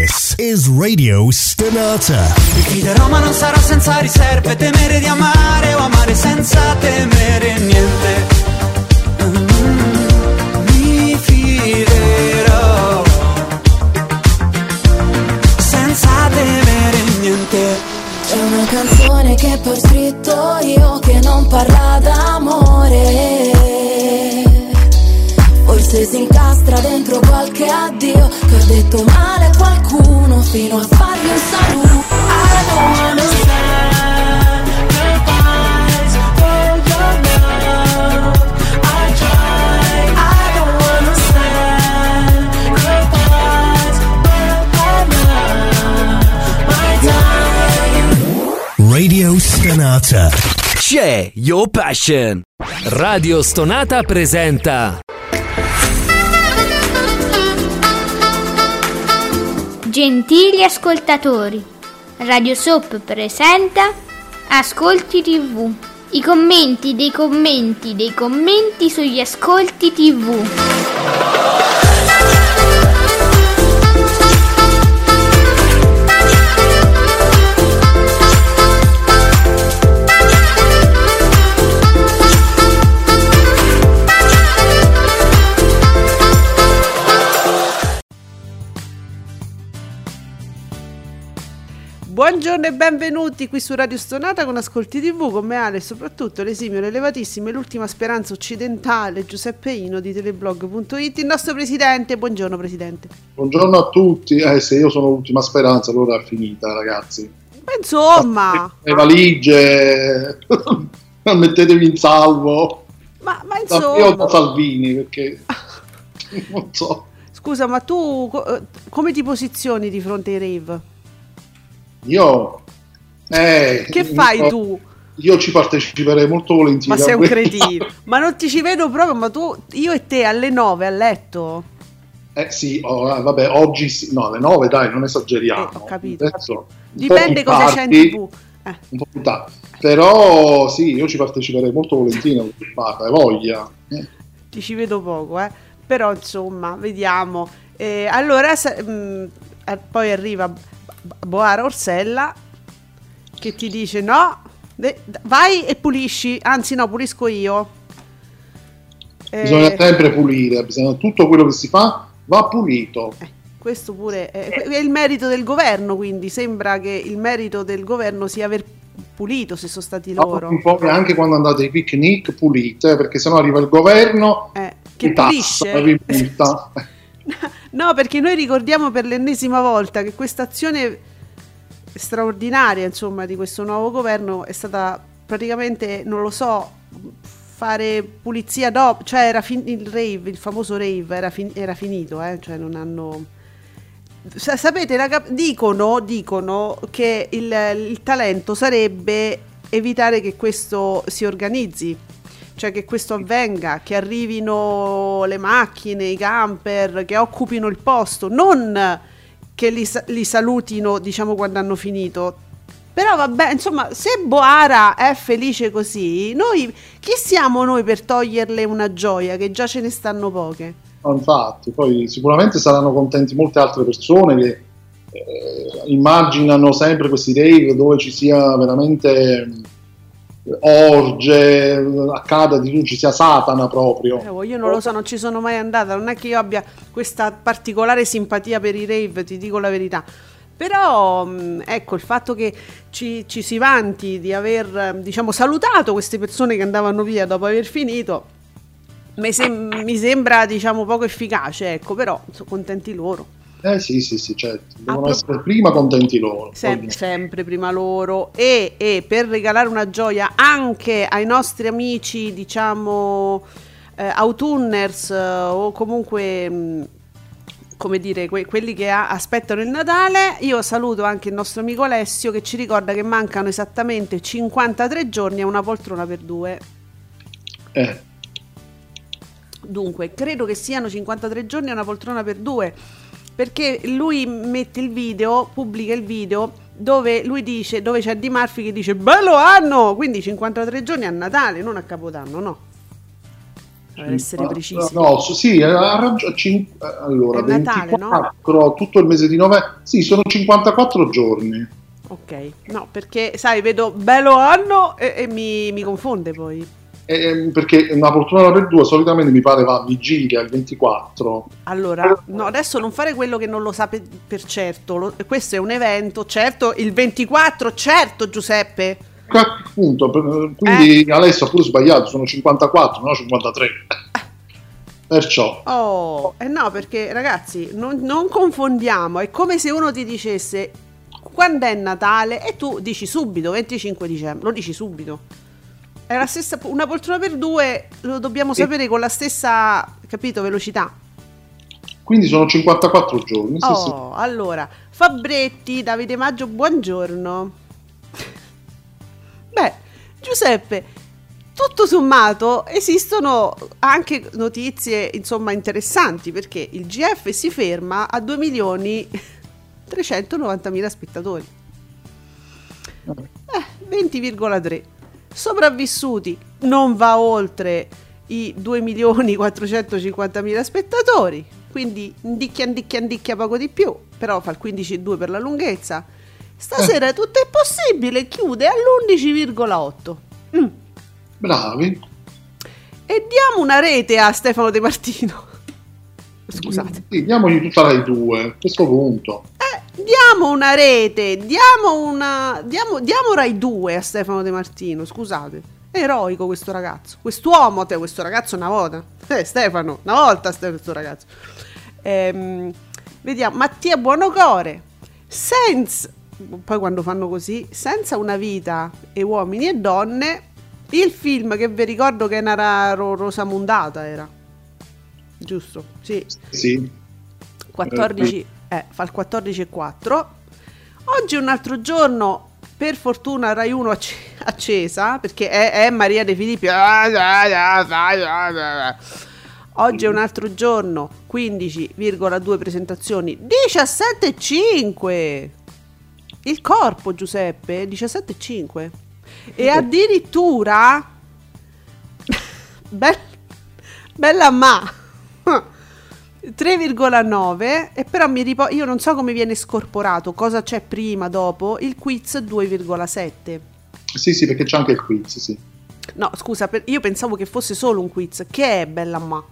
This is Radio Stonata. Mi fiderò ma non sarò senza riserve, temere di amare o amare senza temere niente. Mi fiderò senza temere niente. C'è una canzone che poi ho scritto io che non parla d'amore. Forse si incastra dentro qualche addio che ho detto male a qualcuno fino a fargli un saluto. I don't understand goodbyes for your love. I try. I don't understand goodbyes for my time. Radio Stonata. Share your passion. Radio Stonata presenta Gentili ascoltatori, Radio Soap presenta Ascolti TV. I commenti dei commenti dei commenti sugli ascolti TV. Buongiorno e benvenuti qui su Radio Stonata con Ascolti TV, con me Ale e soprattutto l'esimio, l'elevatissimo e l'ultima speranza occidentale Giuseppe Ino di teleblog.it, il nostro presidente. Buongiorno presidente. Buongiorno a tutti. Se io sono l'ultima speranza allora è finita, ragazzi. Ma insomma, le valigie mettetevi in salvo. Ma insomma, io da Salvini perché non so. Scusa, ma tu come ti posizioni di fronte ai rave? Io che fai tu? Io ci parteciperei molto volentieri. Ma sei un cretino. Ma non ti ci vedo proprio. Ma tu, io e te alle 9 a letto? Sì, vabbè, oggi sì. No, alle 9 dai, non esageriamo. Ho capito. Adesso, dipende cosa c'è in TV. Un po' più tardi. Però sì, io ci parteciperei molto volentieri. Hai voglia. Ti ci vedo poco, però insomma, vediamo. Allora, poi arriva Boara Orsella che ti dice no, vai e pulisci, anzi no, pulisco io. Bisogna sempre pulire, tutto quello che si fa va pulito. Questo pure è il merito del governo, quindi sembra che il merito del governo sia aver pulito, se sono stati loro. Un po' anche quando andate ai picnic pulite, perché sennò arriva il governo che pulisce. No, perché noi ricordiamo per l'ennesima volta che questa azione straordinaria, insomma, di questo nuovo governo è stata praticamente, non lo so, fare pulizia dopo, cioè era il rave, il famoso rave era finito, cioè non hanno. Sapete, dicono che il talento sarebbe evitare che questo si organizzi. Cioè che questo avvenga, che arrivino le macchine, i camper, che occupino il posto, non che li salutino, diciamo, quando hanno finito. Però vabbè, insomma, se Boara è felice così, chi siamo noi per toglierle una gioia, che già ce ne stanno poche? No, infatti, poi sicuramente saranno contenti molte altre persone che immaginano sempre questi rave dove ci sia veramente orge, accada di tutto, ci sia Satana proprio. Io non lo so, non ci sono mai andata, non è che io abbia questa particolare simpatia per i rave, ti dico la verità, però ecco, il fatto che ci si vanti di aver, diciamo, salutato queste persone che andavano via dopo aver finito mi sembra, diciamo, poco efficace, ecco, però sono contenti loro. Sì, certo. Devono essere prima contenti loro. Sempre prima loro. E per regalare una gioia anche ai nostri amici, diciamo, autunners o comunque, come dire, quelli che aspettano il Natale, io saluto anche il nostro amico Alessio che ci ricorda che mancano esattamente 53 giorni a una poltrona per due. Dunque, credo che siano 53 giorni a una poltrona per due, perché lui mette il video, pubblica il video dove lui dice, dove c'è Di Murphy che dice bello anno, quindi 53 giorni a Natale, non a Capodanno, no? per essere precisi. No, sì, ha ragione. Allora, è Natale, 24, no? tutto il mese di novembre. Sì, sono 54 giorni. Ok, no, perché sai, vedo bello anno e mi confonde poi. Perché una poltrona per due solitamente mi pare va a vigilia il 24. Allora, no, adesso non fare quello che non lo sa per certo. Questo è un evento, certo, il 24, certo, Giuseppe. Appunto, quindi Alessio ha pure sbagliato, sono 54, no 53. Perciò. No, perché ragazzi, non confondiamo, è come se uno ti dicesse quando è Natale e tu dici subito, 25 dicembre, lo dici subito. È la stessa, una poltrona per due, lo dobbiamo sapere con la stessa, capito, velocità. Quindi sono 54 giorni. Sì. Allora, Fabretti, Davide Maggio, buongiorno. Beh, Giuseppe, tutto sommato esistono anche notizie, insomma, interessanti, perché il GF si ferma a 2.390.000 spettatori. 20,3. Sopravvissuti non va oltre i 2.450.000 spettatori, quindi indicchia poco di più, però fa il 15,2 per la lunghezza. Stasera tutto è possibile, chiude all'11,8. Bravi. E diamo una rete a Stefano De Martino. Scusate. Sì, diamogli tutta Rai 2 a questo punto. Diamo una rete, diamo Rai 2 a Stefano De Martino, scusate. È eroico questo ragazzo, quest'uomo, questo ragazzo una volta. Stefano, una volta questo ragazzo. Vediamo, Mattia Buonocore. Poi quando fanno così, senza una vita e uomini e donne, il film che vi ricordo che era Rosamundata era. Giusto? Sì. 14 fa il 14,4. Oggi è un altro giorno, per fortuna Rai 1 accesa, perché è Maria De Filippi. Oggi è un altro giorno, 15,2 presentazioni, 17,5. Il corpo, Giuseppe, 17,5. E addirittura bella ma 3,9. E però io non so come viene scorporato, cosa c'è prima, dopo il quiz 2,7. Sì, perché c'è anche il quiz, sì. No, scusa, io pensavo che fosse solo un quiz. Che è bella ma?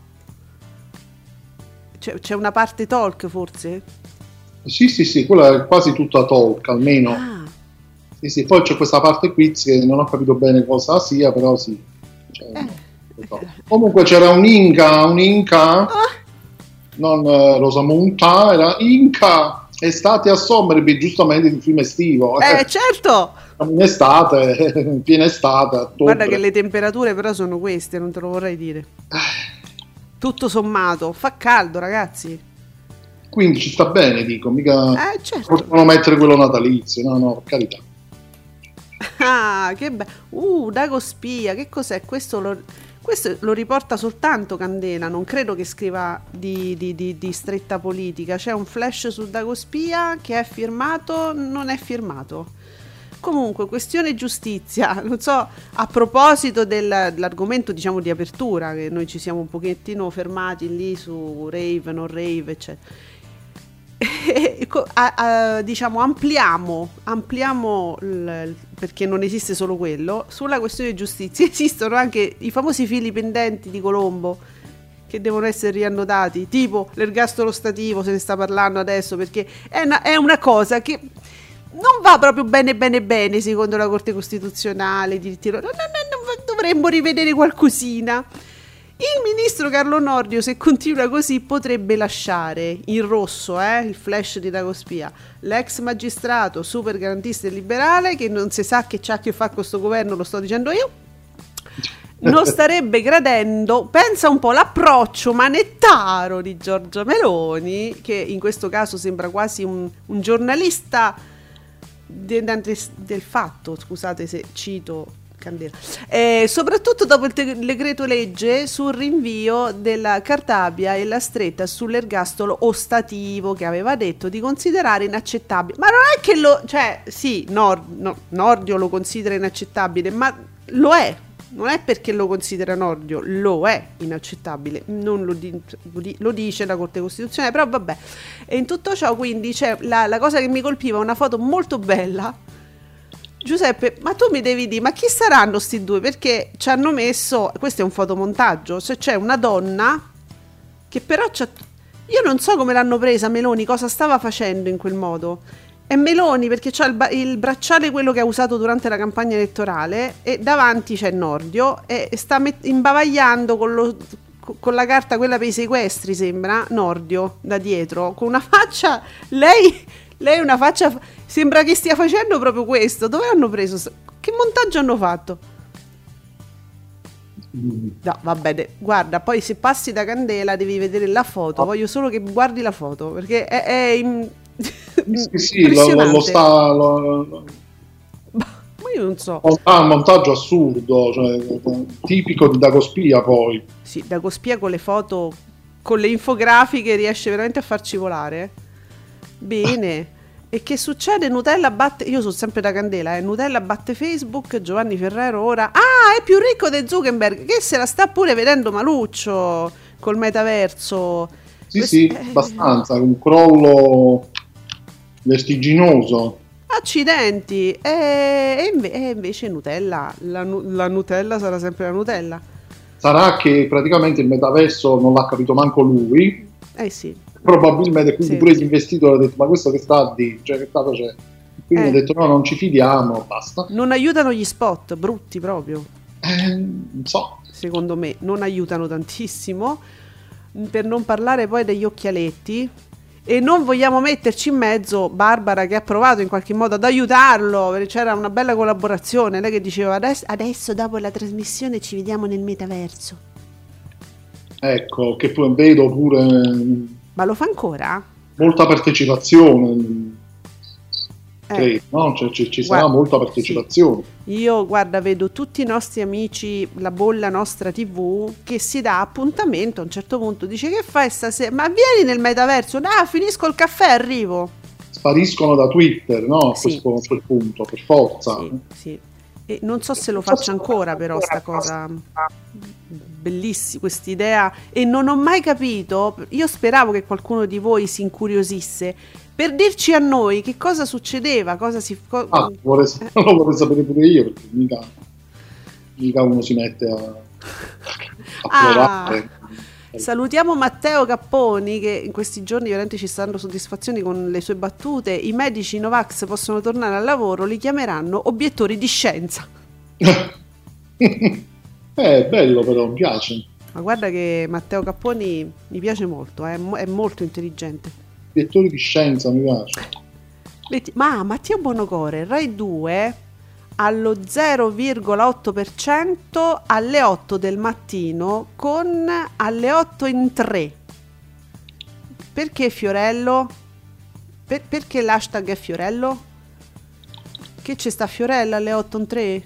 C'è una parte talk forse? Sì, quella è quasi tutta talk, almeno. Sì, poi c'è questa parte quiz che non ho capito bene cosa sia, però sì. Comunque c'era un Inca. Non Rosamunta, era Inca, estate a Somerby, giustamente di film estivo. Certo! In estate, piena estate, ottobre. Guarda che le temperature però sono queste, non te lo vorrei dire. Tutto sommato, fa caldo ragazzi. Quindi ci sta bene, dico, mica certo. possono mettere quello natalizio, no, per carità. Che bello. Dago Spia, che cos'è? Questo lo riporta soltanto Candela, non credo che scriva di stretta politica. C'è un flash su Dago Spia che è firmato, non è firmato. Comunque, questione giustizia, non so, a proposito dell'argomento, diciamo, di apertura, che noi ci siamo un pochettino fermati lì su rave, non rave, eccetera. Diciamo ampliamo perché non esiste solo quello. Sulla questione di giustizia esistono anche i famosi fili pendenti di Colombo che devono essere riannodati, tipo l'ergastolo stativo, se ne sta parlando adesso, perché è una cosa che non va proprio bene secondo la Corte Costituzionale. Dovremmo rivedere qualcosina. Il ministro Carlo Nordio, se continua così, potrebbe lasciare in rosso, il flash di Dago Spia, l'ex magistrato super garantista e liberale, che non si sa che c'ha a che fa con questo governo, lo sto dicendo io, non starebbe gradendo, pensa un po', l'approccio manettaro di Giorgia Meloni, che in questo caso sembra quasi un giornalista del fatto, scusate se cito Candela, soprattutto dopo il decreto legge sul rinvio della Cartabia e la stretta sull'ergastolo ostativo, che aveva detto di considerare inaccettabile. Ma non è che Nordio lo considera inaccettabile, ma lo è, Non è perché lo considera Nordio, lo è inaccettabile, non lo dice la Corte Costituzionale, però vabbè. E in tutto ciò, quindi, c'è la cosa che mi colpiva, una foto molto bella. Giuseppe, ma tu mi devi dire, ma chi saranno sti due? Perché ci hanno messo, questo è un fotomontaggio, se c'è una donna che però io non so come l'hanno presa Meloni, cosa stava facendo in quel modo. È Meloni perché c'ha il bracciale, quello che ha usato durante la campagna elettorale, e davanti c'è Nordio e sta imbavagliando con la carta quella per i sequestri, sembra, Nordio da dietro, con una faccia, lei una faccia, sembra che stia facendo proprio questo. Dove hanno preso? Che montaggio hanno fatto? No, va bene, guarda, poi se passi da Candela devi vedere la foto, voglio solo che guardi la foto, perché è sì, lo sta. Ma io non so. Ha un montaggio assurdo, cioè, tipico di Dagospia, poi. Sì, Dagospia con le foto, con le infografiche riesce veramente a farci volare. Bene. E che succede? Nutella batte, io sono sempre da Candela, Nutella batte Facebook, Giovanni Ferrero ora è più ricco di Zuckerberg, che se la sta pure vedendo maluccio col metaverso. Sì, abbastanza, un crollo vertiginoso. Accidenti. E invece Nutella, la Nutella sarà sempre la Nutella. Sarà che praticamente il metaverso non l'ha capito manco lui. Sì. Probabilmente, quindi pure gli investitori hanno detto, ma questo che sta a dire? Cioè, che sta facendo? Quindi ha detto no, non ci fidiamo, basta. Non aiutano gli spot, brutti proprio. Non so. Secondo me non aiutano tantissimo, per non parlare poi degli occhialetti. E non vogliamo metterci in mezzo Barbara, che ha provato in qualche modo ad aiutarlo, perché c'era una bella collaborazione, lei che diceva adesso dopo la trasmissione ci vediamo nel metaverso. Ecco, che poi vedo pure... Ma lo fa ancora? Molta partecipazione, credo, no? Cioè, ci sarà molta partecipazione. Sì. Io, guarda, vedo tutti i nostri amici, la bolla nostra TV, che si dà appuntamento a un certo punto, dice che fai stasera? Ma vieni nel metaverso, finisco il caffè, arrivo. Spariscono da Twitter, no? A quel punto, per forza. Sì. E non so se lo faccia ancora, però, sta cosa bellissima, quest'idea. E non ho mai capito, io speravo che qualcuno di voi si incuriosisse per dirci a noi che cosa succedeva, cosa si... lo vorrei sapere pure io, perché mica uno si mette a provare. Salutiamo Matteo Capponi, che in questi giorni veramente ci sta dando soddisfazioni con le sue battute. I medici Novax possono tornare al lavoro, li chiameranno obiettori di scienza. Bello, però mi piace. Ma guarda che Matteo Capponi mi piace molto, è molto intelligente. Obiettori di scienza mi piace. Ma Mattia Buonocore, Rai 2 allo 0,8% alle 8 del mattino, con alle 8 in 3. Perché Fiorello? Perché l'hashtag è Fiorello? Che c'è sta Fiorella alle 8 in 3?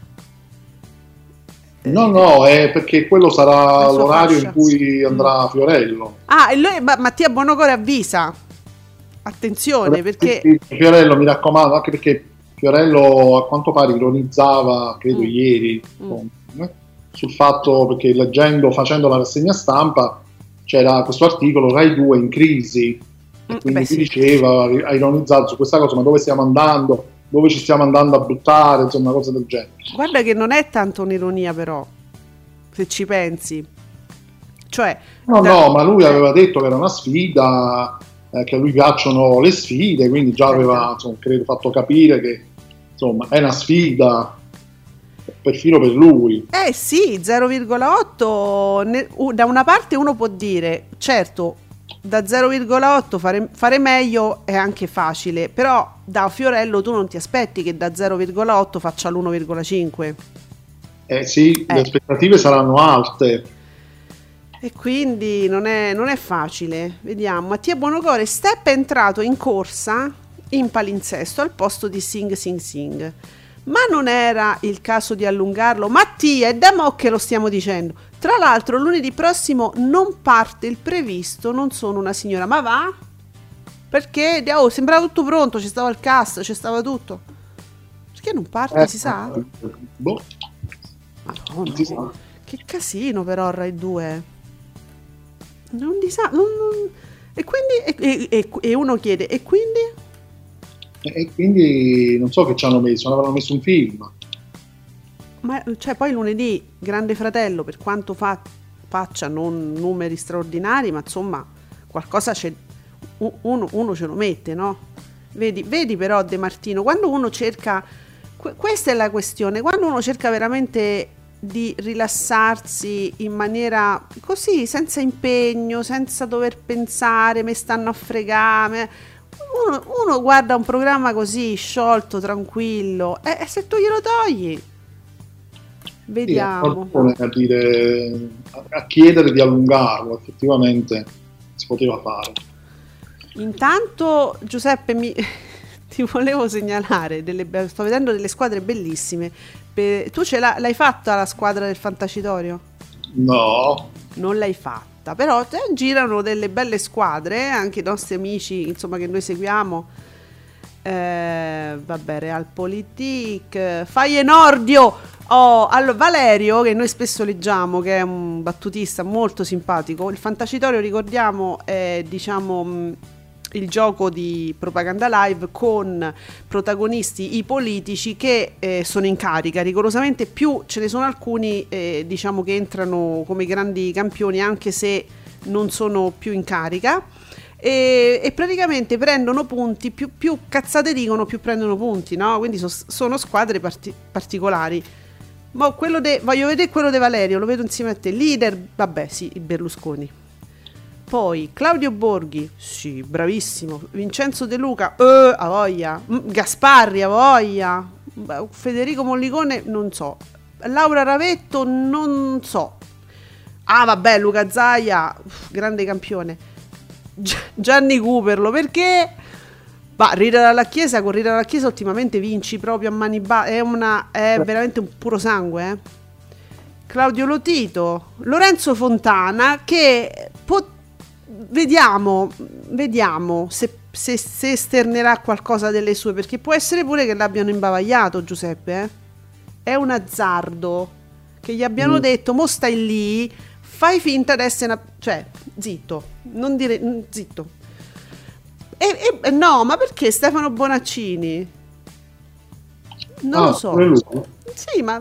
No, è perché quello sarà l'orario in cui andrà Fiorello. E lui, Mattia Buonocore avvisa. Attenzione, perché Fiorello, mi raccomando, anche perché Fiorello a quanto pare ironizzava, credo ieri, sul fatto, perché facendo la rassegna stampa c'era questo articolo Rai 2 in crisi, e quindi si diceva, ha ironizzato su questa cosa, ma dove stiamo andando? Dove ci stiamo andando a buttare, insomma, cose del genere. Guarda che non è tanto un'ironia, però, se ci pensi. Cioè, no, ma lui aveva detto che era una sfida, che a lui piacciono le sfide, quindi già aveva, insomma, credo, fatto capire che, insomma, è una sfida perfino per lui. Sì, 0,8 da una parte uno può dire, certo, da 0,8 fare meglio è anche facile, però da Fiorello tu non ti aspetti che da 0,8 faccia l'1,5. Sì, le aspettative saranno alte. E quindi non è facile. Vediamo. Mattia Buonocore, Step è entrato in corsa in palinsesto al posto di Sing. Ma non era il caso di allungarlo? Mattia, è da mo' che lo stiamo dicendo. Tra l'altro lunedì prossimo non parte il previsto Non sono una signora. Ma va? Perché? Sembrava tutto pronto, ci stava il cast, ci stava tutto. Perché non parte, si sa? Madonna, che casino però Rai 2. Non di sa... E quindi... E uno chiede, e quindi? E quindi non so che ci hanno messo, non avevano messo un film. Ma cioè poi lunedì Grande Fratello, per quanto faccia non numeri straordinari, ma insomma qualcosa c'è, uno ce lo mette, no? Vedi però De Martino, quando uno cerca, questa è la questione, quando uno cerca veramente di rilassarsi in maniera così, senza impegno, senza dover pensare, me stanno a fregare, uno guarda un programma così sciolto, tranquillo, e se tu glielo togli, vediamo. Sì, a chiedere di allungarlo, effettivamente si poteva fare. Intanto Giuseppe ti volevo segnalare sto vedendo delle squadre bellissime. Tu l'hai fatta la squadra del Fantacitorio? No, non l'hai fatta, però girano delle belle squadre, anche i nostri amici, insomma, che noi seguiamo, vabbè, Realpolitik, Feyenoordio, allora, Valerio, che noi spesso leggiamo, che è un battutista molto simpatico. Il Fantacitorio, ricordiamo, è diciamo il gioco di propaganda live con protagonisti i politici che sono in carica rigorosamente, più ce ne sono alcuni diciamo che entrano come grandi campioni anche se non sono più in carica, e praticamente prendono punti, più cazzate dicono più prendono punti, no? Quindi sono squadre particolari. Ma voglio vedere quello di Valerio, lo vedo insieme a te. Leader, vabbè, sì, il Berlusconi. Poi Claudio Borghi, sì, bravissimo. Vincenzo De Luca, a voglia. Gasparri, a voglia. Federico Mollicone, non so. Laura Ravetto, non so. Ah, vabbè, Luca Zaia, grande campione. Gianni Cooperlo, perché? Ma Rita dalla Chiesa, con Rita dalla Chiesa ultimamente vinci proprio a mani basse, è veramente un puro sangue, Claudio Lotito, Lorenzo Fontana, che vediamo se esternerà qualcosa delle sue, perché può essere pure che l'abbiano imbavagliato, Giuseppe, è un azzardo che gli abbiano detto mo stai lì, fai finta di essere cioè zitto, non dire zitto. No, ma perché Stefano Bonaccini? Non lo so. Sì, ma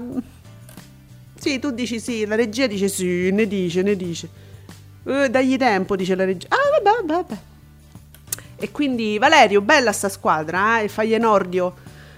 sì, tu dici sì, la regia dice sì, ne dice. Dagli tempo, dice la regia. Ah, vabbè. E quindi Valerio, bella sta squadra, il Feyenoordio.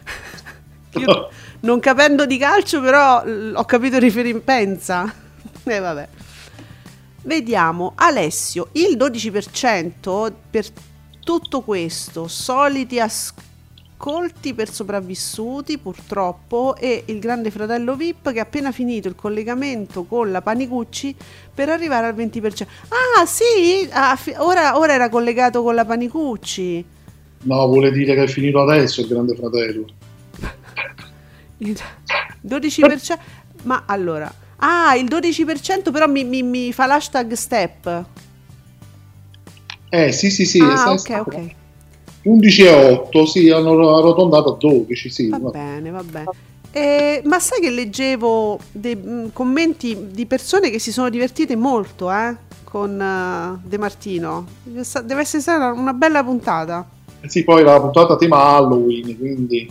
Io, non capendo di calcio, però ho capito pensa. Vabbè. Vediamo, Alessio, il 12% per tutto questo, soliti ascolti per sopravvissuti purtroppo, e il Grande Fratello VIP che ha appena finito il collegamento con la Panicucci per arrivare al 20%. Ah sì, ora era collegato con la Panicucci. No, vuole dire che è finito adesso il Grande Fratello. Il 12%, ma allora, il 12% però mi fa l'hashtag step. Sì. Ok. 11,8, sì, hanno arrotondato a 12, sì. Va bene. Ma sai che leggevo dei commenti di persone che si sono divertite molto con De Martino. Deve essere stata una bella puntata. Sì, poi la puntata tema Halloween, quindi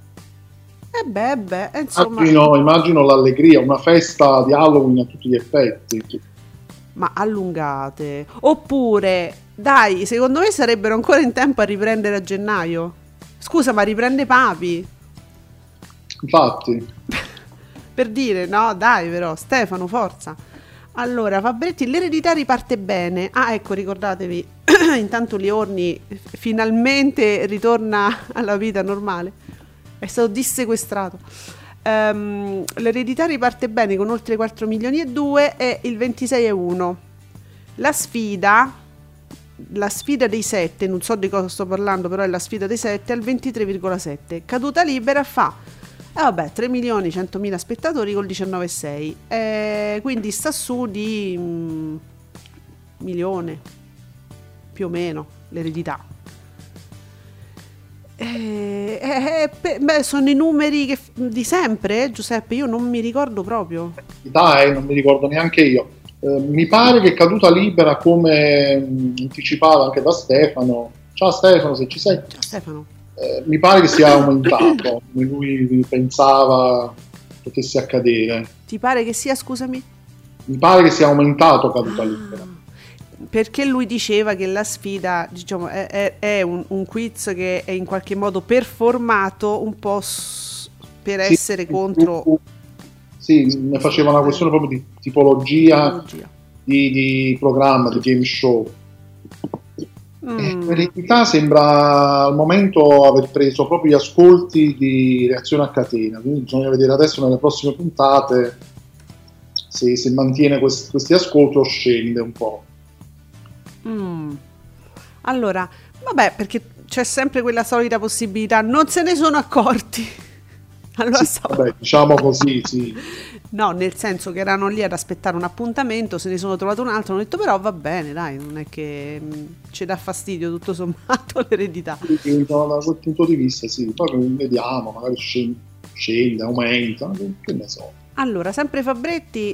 insomma, immagino l'allegria, una festa di Halloween a tutti gli effetti. Ma allungate. Oppure, dai, secondo me sarebbero ancora in tempo a riprendere a gennaio. Scusa, ma riprende Papi? Infatti. Per dire, no, dai, però, Stefano, forza. Allora, Fabretti, l'eredità riparte bene. Ecco, ricordatevi, intanto Liorni finalmente ritorna alla vita normale. È stato dissequestrato. L'eredità riparte bene con oltre 4 milioni e 2 e il 26,1. La sfida dei 7, non so di cosa sto parlando, però è la sfida dei 7 al 23,7. Caduta libera fa 3.100.000 spettatori col 19,6, quindi sta su di milione più o meno l'eredità. sono i numeri di sempre, Giuseppe, io non mi ricordo proprio. Dai, non mi ricordo neanche io. Mi pare che caduta libera, come anticipato anche da Stefano. Ciao Stefano, se ci sei. Ciao Stefano. Mi pare che sia aumentato, come lui pensava potesse accadere. Ti pare che sia, scusami? Mi pare che sia aumentato caduta libera. Perché lui diceva che la sfida, diciamo, è un quiz che è in qualche modo performato un po' per essere contro... Sì, ne faceva una questione proprio di tipologia. Di programma, di game show. In realtà sembra al momento aver preso proprio gli ascolti di reazione a catena, quindi bisogna vedere adesso nelle prossime puntate se mantiene questi ascolti o scende un po'. Allora, vabbè, perché c'è sempre quella solita possibilità, non se ne sono accorti. Allora, sì, vabbè, diciamo così, sì. No, nel senso che erano lì ad aspettare un appuntamento, se ne sono trovato un altro, hanno detto però va bene, dai, non è che ci dà fastidio tutto sommato l'eredità. Sì, da quel punto di vista sì, poi vediamo, magari scende, aumenta, che ne so. Allora, sempre Fabretti,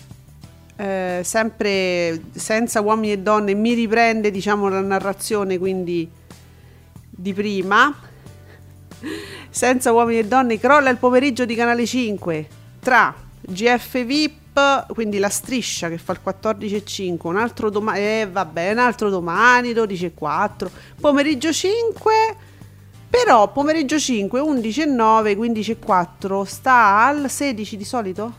sempre senza uomini e donne, mi riprende, diciamo, la narrazione quindi di prima. Senza uomini e donne crolla il pomeriggio di Canale 5 tra GF VIP, quindi la striscia che fa il 14:05, un altro domani, un altro domani 12:04, pomeriggio 5, però pomeriggio 5 11:09, 15:04 sta al 16 di solito?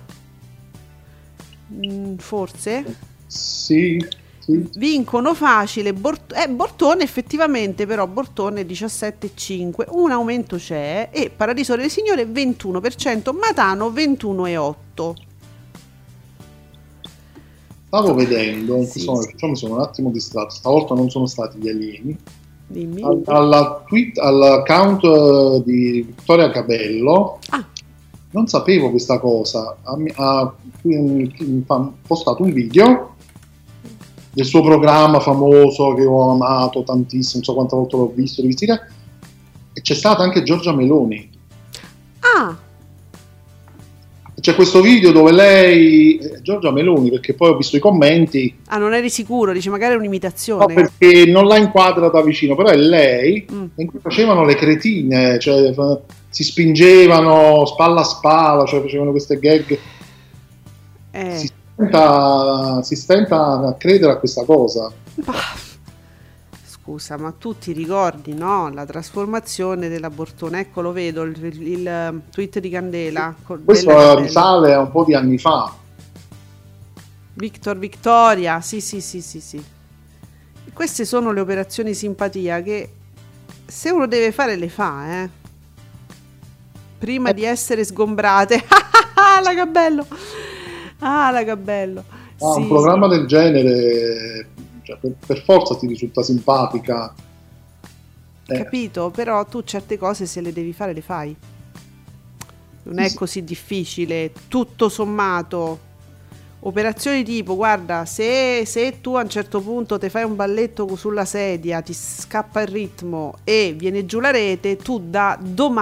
Forse? Sì. Vincono facile Bortone, effettivamente, però Bortone 17,5, un aumento c'è, e Paradiso delle Signore 21%, Matano 21,8. Stavo vedendo, sì. Mi sono un attimo distratto, stavolta non sono stati gli alieni. Dimmi. All'account di Vittoria Cabello, non sapevo questa cosa, ha postato un video del suo programma famoso che ho amato tantissimo, non so quante volte l'ho visto, e c'è stata anche Giorgia Meloni. C'è questo video dove lei, Giorgia Meloni, perché poi ho visto i commenti. Non eri sicuro, dice magari è un'imitazione. No, perché non l'ha inquadrata da vicino, però è lei, in cui facevano le cretine, cioè si spingevano spalla a spalla, cioè facevano queste gag. Si stenta a credere a questa cosa. Scusa, ma tu ti ricordi, no? La trasformazione della Bortone, ecco, lo vedo il tweet di Candela. Questo risale a un po' di anni fa. Victoria, sì. Queste sono le operazioni simpatia che se uno deve fare le fa, prima di essere sgombrate. La Gabello. Sì. Un programma del genere, cioè, per forza ti risulta simpatica. Capito, però tu certe cose se le devi fare le fai. Non è così difficile, tutto sommato. Operazioni tipo, guarda, se tu a un certo punto ti fai un balletto sulla sedia, ti scappa il ritmo e viene giù la rete, tu da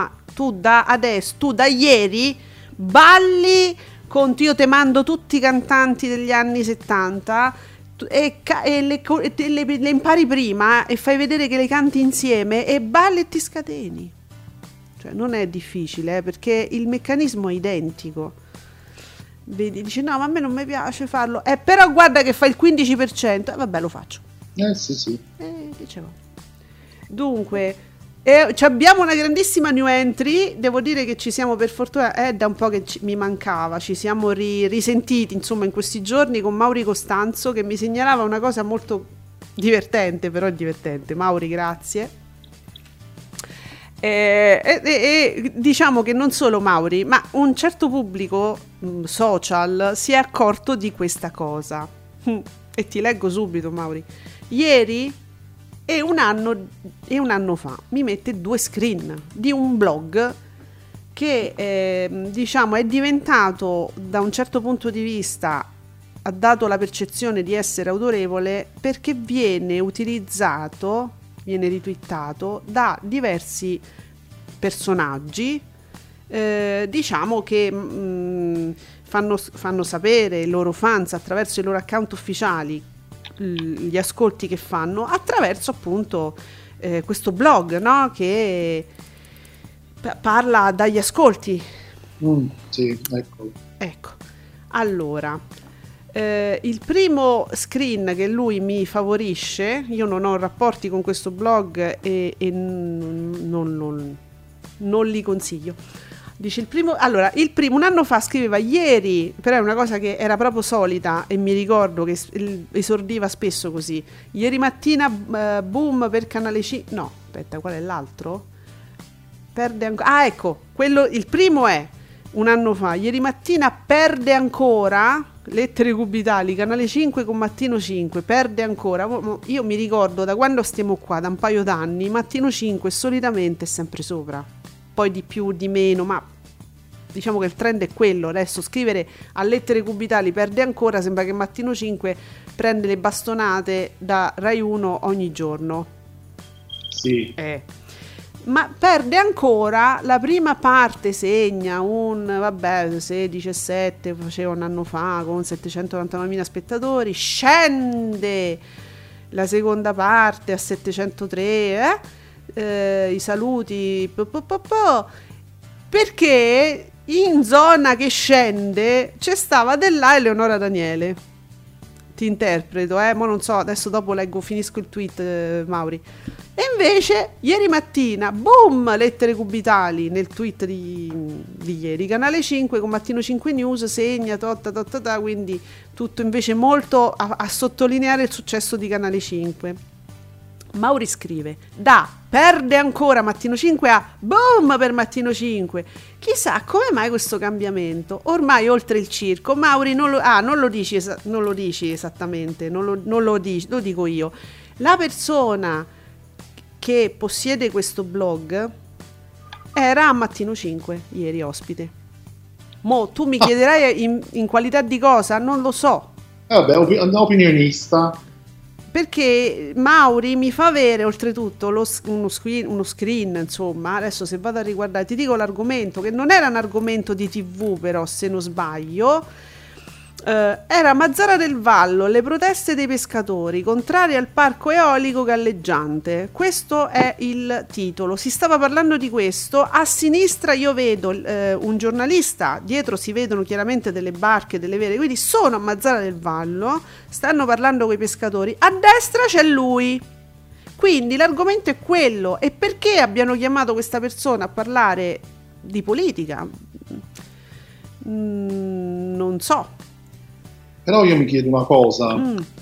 ieri balli con io te mando tutti i cantanti degli anni 70 e le impari prima e fai vedere che le canti insieme e balli e ti scateni. Cioè non è difficile, perché il meccanismo è identico. Vedi, dice no, ma a me non mi piace farlo, però guarda che fa il 15%, vabbè, lo faccio. Sì. Dicevo. Dunque abbiamo una grandissima new entry, devo dire che ci siamo, per fortuna, da un po' che mi mancava, ci siamo risentiti insomma in questi giorni con Mauri Costanzo, che mi segnalava una cosa molto divertente, però è divertente. Mauri, grazie. E diciamo che non solo Mauri, ma un certo pubblico social si è accorto di questa cosa, e ti leggo subito, Mauri. Ieri e un anno fa mi mette 2 screen di un blog che diciamo è diventato, da un certo punto di vista, ha dato la percezione di essere autorevole, perché viene utilizzato, viene ritwittato da diversi personaggi, diciamo che fanno sapere i loro fans attraverso i loro account ufficiali gli ascolti che fanno attraverso appunto questo blog, no? Che parla dagli ascolti. Sì, ecco. Allora, il primo screen che lui mi favorisce, io non ho rapporti con questo blog e non li consiglio. Dice il primo, un anno fa scriveva ieri, però è una cosa che era proprio solita e mi ricordo che esordiva spesso così. Ieri mattina boom per Canale 5. No, aspetta, qual è l'altro? Perde ancora. Ecco, quello, il primo è un anno fa. Ieri mattina perde ancora, lettere cubitali, Canale 5 con Mattino 5, perde ancora. Io mi ricordo da quando stiamo qua, da un paio d'anni, Mattino 5 solitamente è sempre sopra. Poi di più, di meno, ma diciamo che il trend è quello. Adesso scrivere a lettere cubitali perde ancora, sembra che Mattino 5 prende le bastonate da Rai 1 ogni giorno. Sì. Ma perde ancora, la prima parte segna 16-7, faceva un anno fa con 799.000 spettatori, scende la seconda parte a 703, i saluti perché in zona che scende c'è stava dell'A Eleonora Daniele, ti interpreto, mo non so, adesso dopo finisco il tweet, Mauri. E invece ieri mattina boom, lettere cubitali nel tweet di ieri, Canale 5 con Mattino 5 News segna quindi tutto invece molto a sottolineare il successo di Canale 5. Mauri scrive perde ancora Mattino 5 a boom per Mattino 5. Chissà come mai questo cambiamento ormai oltre il circo. Mauri non lo dici esattamente, lo dico io. La persona che possiede questo blog era a Mattino 5 ieri ospite. Mo tu mi chiederai in qualità di cosa? Non lo so. Opinionista. Perché Mauri mi fa avere oltretutto uno screen, insomma, adesso se vado a riguardare, ti dico l'argomento, che non era un argomento di TV però, se non sbaglio, era Mazzara del Vallo, le proteste dei pescatori, contrari al parco eolico galleggiante. Questo è il titolo, si stava parlando di questo. A sinistra io vedo un giornalista, dietro si vedono chiaramente delle barche, delle vele, quindi sono a Mazzara del Vallo, stanno parlando con i pescatori, a destra c'è lui. Quindi l'argomento è quello. E perché abbiano chiamato questa persona a parlare di politica? Non so. Però io mi chiedo una cosa,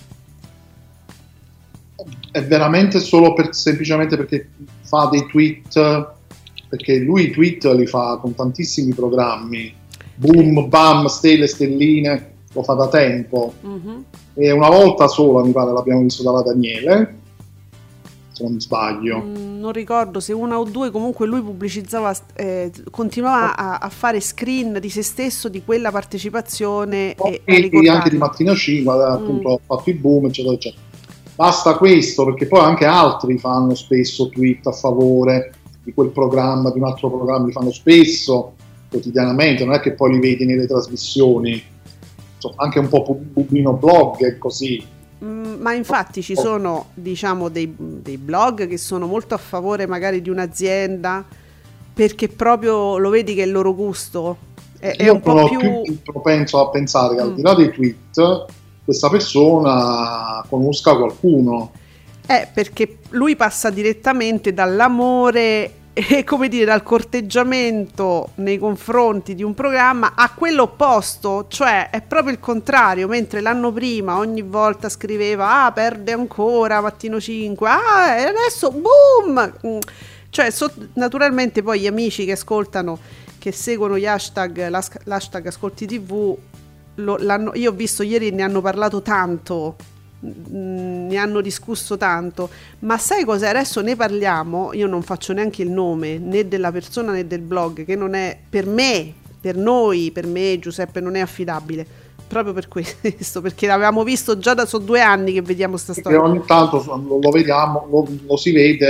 è veramente solo semplicemente perché fa dei tweet, perché lui i tweet li fa con tantissimi programmi, boom, bam, stelle, stelline, lo fa da tempo, e una volta sola mi pare l'abbiamo visto dalla Daniele, se non mi sbaglio. Non ricordo se una o due, comunque lui pubblicizzava, continuava a fare screen di se stesso, di quella partecipazione, e anche di Mattina 5 appunto ha fatto il boom, eccetera eccetera. Basta questo, perché poi anche altri fanno spesso tweet a favore di quel programma, di un altro programma, li fanno spesso quotidianamente, non è che poi li vedi nelle trasmissioni, insomma, anche un po' pubbino blog e così. Ma infatti ci sono, diciamo, dei blog che sono molto a favore magari di un'azienda perché proprio lo vedi che è il loro gusto è un po' più propenso a pensare che al di là dei tweet questa persona conosca qualcuno, perché lui passa direttamente dall'amore e, come dire, dal corteggiamento nei confronti di un programma a quello opposto, cioè è proprio il contrario. Mentre l'anno prima ogni volta scriveva perde ancora Mattino 5, e adesso boom, cioè naturalmente poi gli amici che ascoltano, che seguono gli l'hashtag Ascolti TV, io ho visto ieri, ne hanno parlato tanto, ne hanno discusso tanto, ma sai cos'è? Adesso ne parliamo, io non faccio neanche il nome né della persona né del blog, che non è per me Giuseppe non è affidabile, proprio per questo, perché l'avevamo visto già da 2 anni che vediamo sta storia, ogni tanto lo vediamo, lo si vede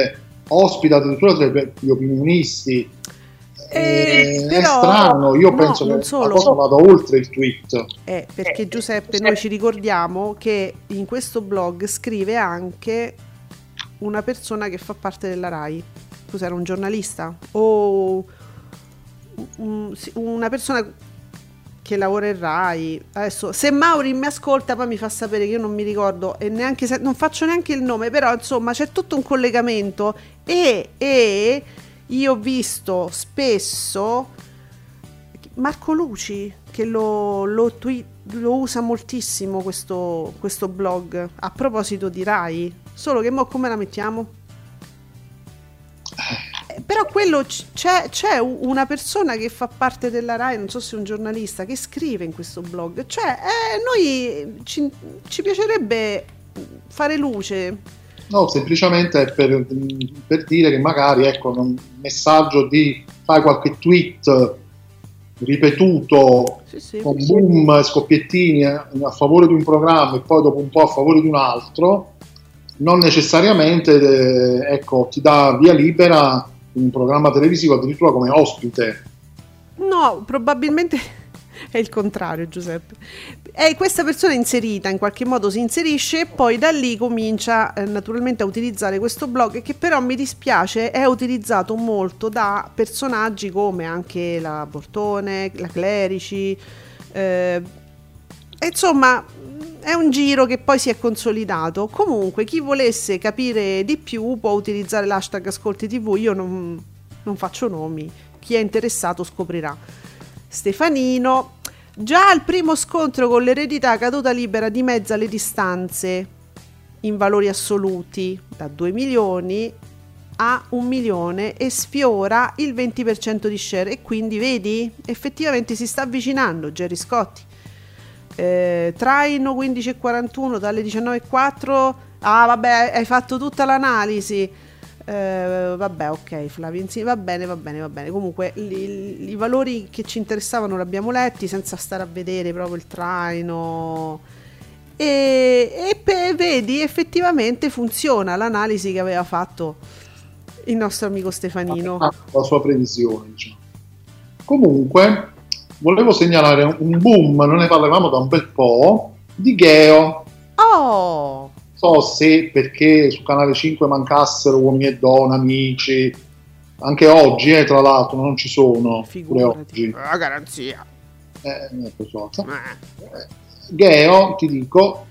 ospita addirittura tra gli opinionisti. È però, strano, io penso che la cosa vada oltre il tweet. Perché Giuseppe, noi ci ricordiamo che in questo blog scrive anche una persona che fa parte della RAI. Cos'era, un giornalista? O una persona che lavora in RAI. Adesso, se Mauri mi ascolta, poi mi fa sapere, che io non mi ricordo e neanche non faccio neanche il nome, però insomma c'è tutto un collegamento e io ho visto spesso Marco Luci che lo usa moltissimo questo blog a proposito di RAI, solo che mo come la mettiamo? Però quello c'è una persona che fa parte della RAI, non so se è un giornalista, che scrive in questo blog, cioè noi ci piacerebbe fare luce. No, semplicemente per dire che magari, ecco, un messaggio di fai qualche tweet ripetuto con boom, scoppiettini a favore di un programma e poi dopo un po' a favore di un altro, non necessariamente ecco, ti dà via libera in un programma televisivo addirittura come ospite. No, probabilmente è il contrario, Giuseppe. Questa persona inserita, in qualche modo si inserisce e poi da lì comincia naturalmente a utilizzare questo blog, che però mi dispiace è utilizzato molto da personaggi come anche la Bortone, la Clerici, insomma è un giro che poi si è consolidato. Comunque chi volesse capire di più può utilizzare l'hashtag Ascolti TV, io non faccio nomi, chi è interessato scoprirà. Stefanino, già al primo scontro con l'eredità caduta libera dimezza le distanze in valori assoluti da 2 milioni a 1 milione e sfiora il 20% di share, e quindi vedi effettivamente si sta avvicinando. Gerry Scotti, traino 15,41 dalle 19,4. Vabbè, hai fatto tutta l'analisi. Vabbè, ok, Flavio, va bene. Comunque i valori che ci interessavano li abbiamo letti senza stare a vedere proprio il traino e vedi effettivamente funziona l'analisi che aveva fatto il nostro amico Stefanino, la sua previsione, diciamo. Comunque volevo segnalare un boom, non ne parlavamo da un bel po', di Geo. So se perché su Canale 5 mancassero Uomini e Donne, Amici, anche oggi tra l'altro non ci sono. Figurati, oggi. La garanzia. Geo, vi dico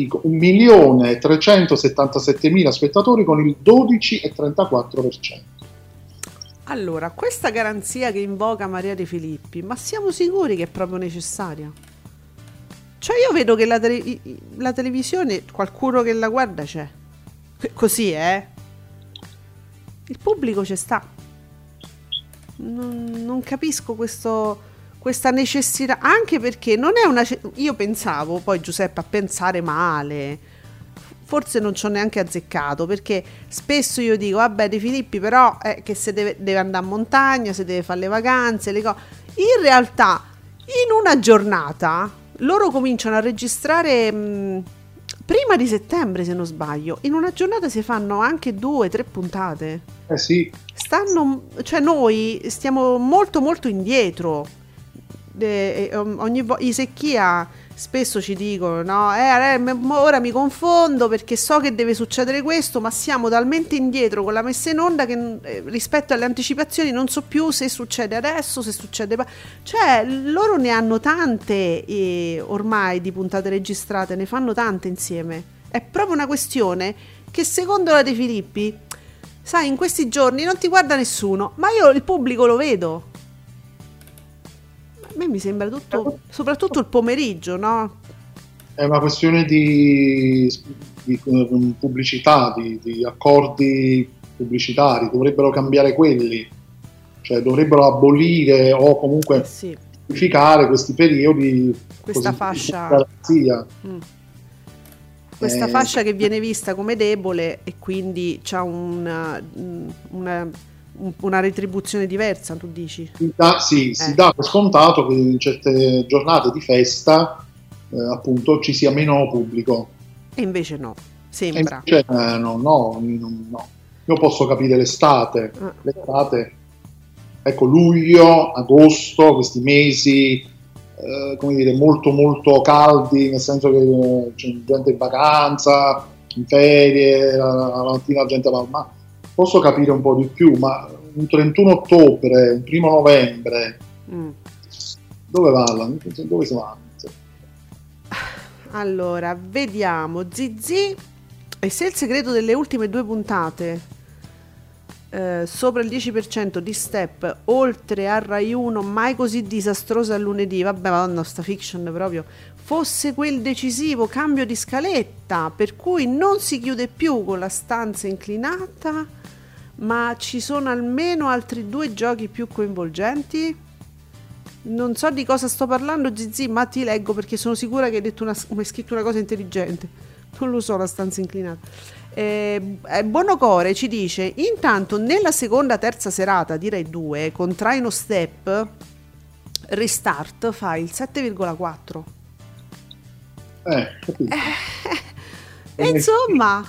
1.377.000 spettatori con il 12,34%. Allora, questa garanzia che invoca Maria De Filippi, ma siamo sicuri che è proprio necessaria? Cioè io vedo che la televisione, qualcuno che la guarda c'è. Così il pubblico ci sta. Non capisco questa necessità, anche perché non è io pensavo, poi Giuseppe, a pensare male, forse non ci ho neanche azzeccato, perché spesso io dico vabbè De Filippi però che se deve andare a montagna, se deve fare le vacanze, le cose. In realtà in una giornata loro cominciano a registrare prima di settembre, se non sbaglio. In una giornata si fanno anche 2-3 puntate. Sì. Cioè noi stiamo molto molto indietro. I Secchia spesso ci dicono no, ora mi confondo perché so che deve succedere questo, ma siamo talmente indietro con la messa in onda che rispetto alle anticipazioni non so più se succede adesso, se succede cioè loro ne hanno tante ormai di puntate registrate, ne fanno tante insieme. È proprio una questione che secondo la De Filippi, sai, in questi giorni non ti guarda nessuno, ma io il pubblico lo vedo. A me mi sembra tutto, soprattutto il pomeriggio, no? È una questione di pubblicità, di accordi pubblicitari, dovrebbero cambiare quelli, cioè dovrebbero abolire o comunque semplificare questi periodi, questa fascia, questa fascia che viene vista come debole e quindi c'ha una retribuzione diversa, tu dici? Si dà per scontato che in certe giornate di festa appunto ci sia meno pubblico. E invece no, sembra. No. Io posso capire l'estate, ecco, luglio, agosto, questi mesi, come dire, molto molto caldi, nel senso che c'è gente in vacanza, in ferie, la mattina la gente va al mare. Posso capire un po' di più, ma un 31 ottobre, un 1 novembre, dove va? Dove si va? Allora, vediamo. Zizi, e se il segreto delle ultime 2 puntate, sopra il 10% di Step, oltre a Rai 1, mai così disastrosa a lunedì, vabbè, madonna, sta fiction proprio, fosse quel decisivo cambio di scaletta, per cui non si chiude più con la stanza inclinata, ma ci sono almeno altri 2 giochi più coinvolgenti? Non so di cosa sto parlando, Zizi, ma ti leggo perché sono sicura che hai scritto una cosa intelligente. Non lo so, la stanza inclinata. Buonocore ci dice: intanto nella seconda terza serata di Rai 2 con Traino Step, Restart fa il 7,4. Capito. Insomma,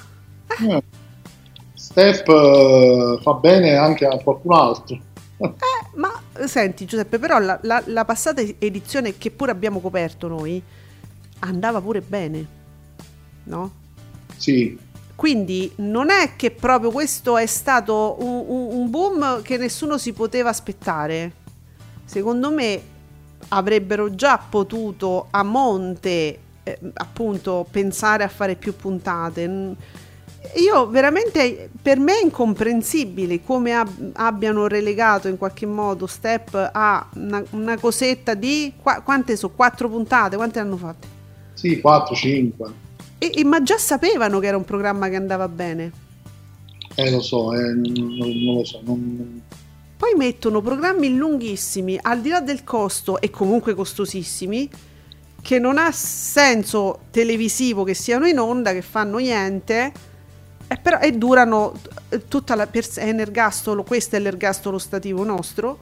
Step fa bene anche a qualcun altro. Ma senti Giuseppe, però la passata edizione, che pure abbiamo coperto noi, andava pure bene, no? Sì. Quindi non è che proprio questo è stato un boom che nessuno si poteva aspettare. Secondo me avrebbero già potuto a monte appunto pensare a fare più puntate. Io veramente, per me è incomprensibile come abbiano relegato in qualche modo Step a una cosetta di quante sono? 4 puntate? Quante hanno fatte? Sì, 4, 5. Ma già sapevano che era un programma che andava bene. Lo so, non lo so. Poi mettono programmi lunghissimi, al di là del costo, e comunque costosissimi, che non ha senso televisivo che siano in onda, che fanno niente, però e durano tutta la è un ergastolo. Questo è l'ergastolo stativo nostro.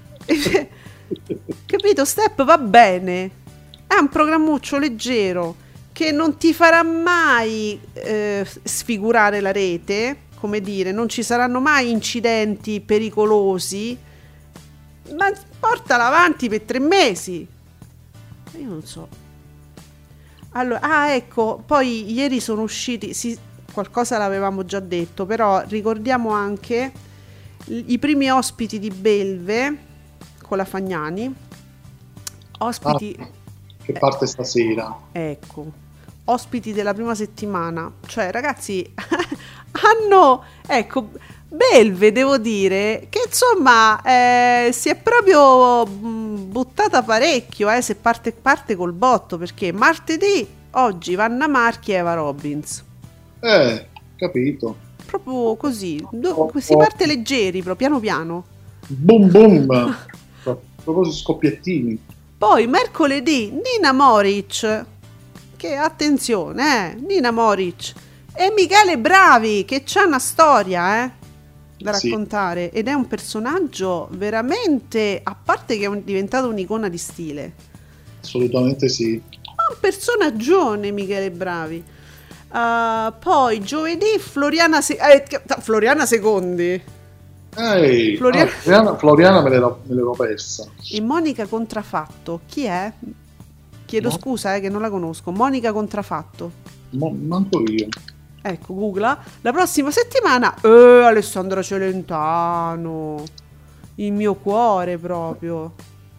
Capito? Step va bene, è un programmuccio leggero che non ti farà mai sfigurare la rete, come dire, non ci saranno mai incidenti pericolosi, ma portala avanti per 3 mesi. Io non so. Allora, ecco, poi ieri sono usciti, qualcosa l'avevamo già detto, però ricordiamo anche i primi ospiti di Belve con la Fagnani. Ospiti che parte stasera. Ecco, ospiti della prima settimana, cioè ragazzi hanno, ecco, Belve, devo dire che insomma si è proprio buttata parecchio, se parte col botto, perché martedì oggi Vanna Marchi e Eva Robbins. Capito. Proprio così, si parte leggeri, piano piano. Boom boom. Proprio scoppiettini. Poi mercoledì Nina Moric, che attenzione, Nina Moric e Michele Bravi, che c'ha una storia da raccontare, ed è un personaggio veramente, a parte che è diventato un'icona di stile. Assolutamente sì. Un personaggione Michele Bravi. Poi giovedì Floriana Secondi. Floriana me l'ero persa. E Monica Contrafatto, chi è? Chiedo scusa che non la conosco. Monica Contrafatto. Manco io. Ecco, googla. La prossima settimana Alessandra Celentano, il mio cuore proprio.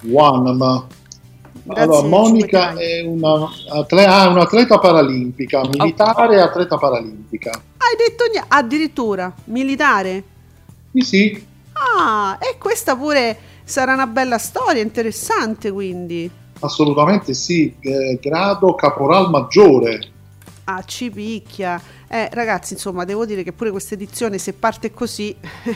Allora, Monica è un'atleta paralimpica, militare e atleta paralimpica. Hai detto addirittura militare? Sì. E questa pure sarà una bella storia, interessante, quindi. Assolutamente sì, grado caporal maggiore. Ci picchia. Ragazzi, insomma, devo dire che pure questa edizione, se parte così,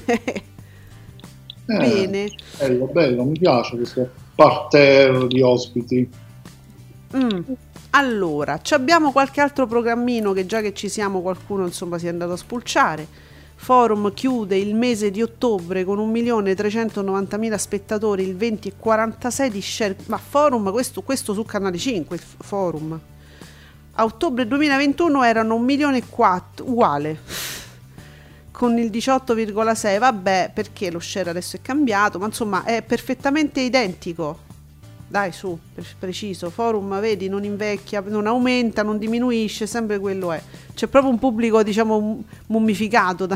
bene. Bello, mi piace questo parterre di ospiti. Allora, abbiamo qualche altro programmino che già che ci siamo, qualcuno insomma si è andato a spulciare. Forum chiude il mese di ottobre con 1.390.000 spettatori, il 20,46 di share. Ma Forum, questo su Canale 5, Forum. A ottobre 2021 erano 1.400.000, uguale. con il 18,6, vabbè, perché lo share adesso è cambiato, ma insomma è perfettamente identico. Dai, su, preciso. Forum, vedi, non invecchia, non aumenta, non diminuisce, sempre quello è. C'è proprio un pubblico, diciamo, mummificato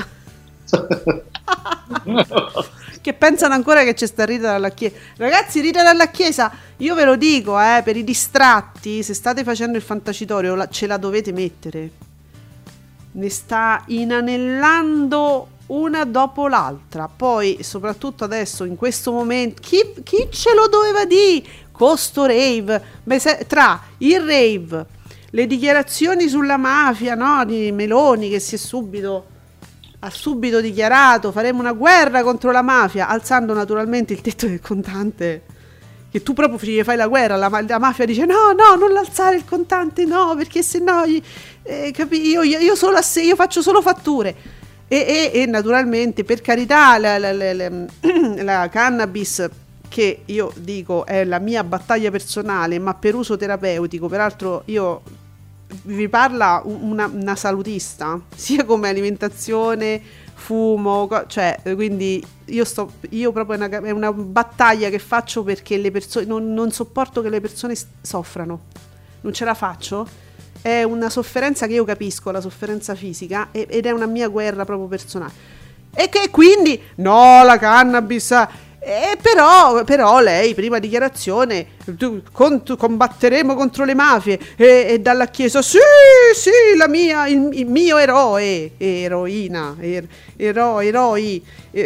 che pensano ancora che c'è sta Rita Dalla Chiesa. Ragazzi, Rita Dalla Chiesa, io ve lo dico, per i distratti, se state facendo il fantacitorio, ce la dovete mettere. Ne sta inanellando una dopo l'altra. Poi, soprattutto adesso, in questo momento, chi ce lo doveva dire? Costo rave, tra il rave, le dichiarazioni sulla mafia, no, di Meloni, che ha subito dichiarato faremo una guerra contro la mafia, alzando naturalmente il tetto del contante, che tu proprio fai la guerra, la mafia dice no, non alzare il contante, no, perché se no io faccio solo fatture. E naturalmente, per carità, la cannabis, che io dico è la mia battaglia personale, ma per uso terapeutico, peraltro io vi parla una salutista, sia come alimentazione, fumo, cioè, quindi io proprio è una battaglia che faccio, perché le persone non sopporto che le persone soffrano, non ce la faccio. È una sofferenza che io capisco, la sofferenza fisica, ed è una mia guerra proprio personale. E che quindi no, la cannabis, però lei, prima dichiarazione, combatteremo contro le mafie, e Dalla Chiesa sì, il mio eroe, eroina, eroi,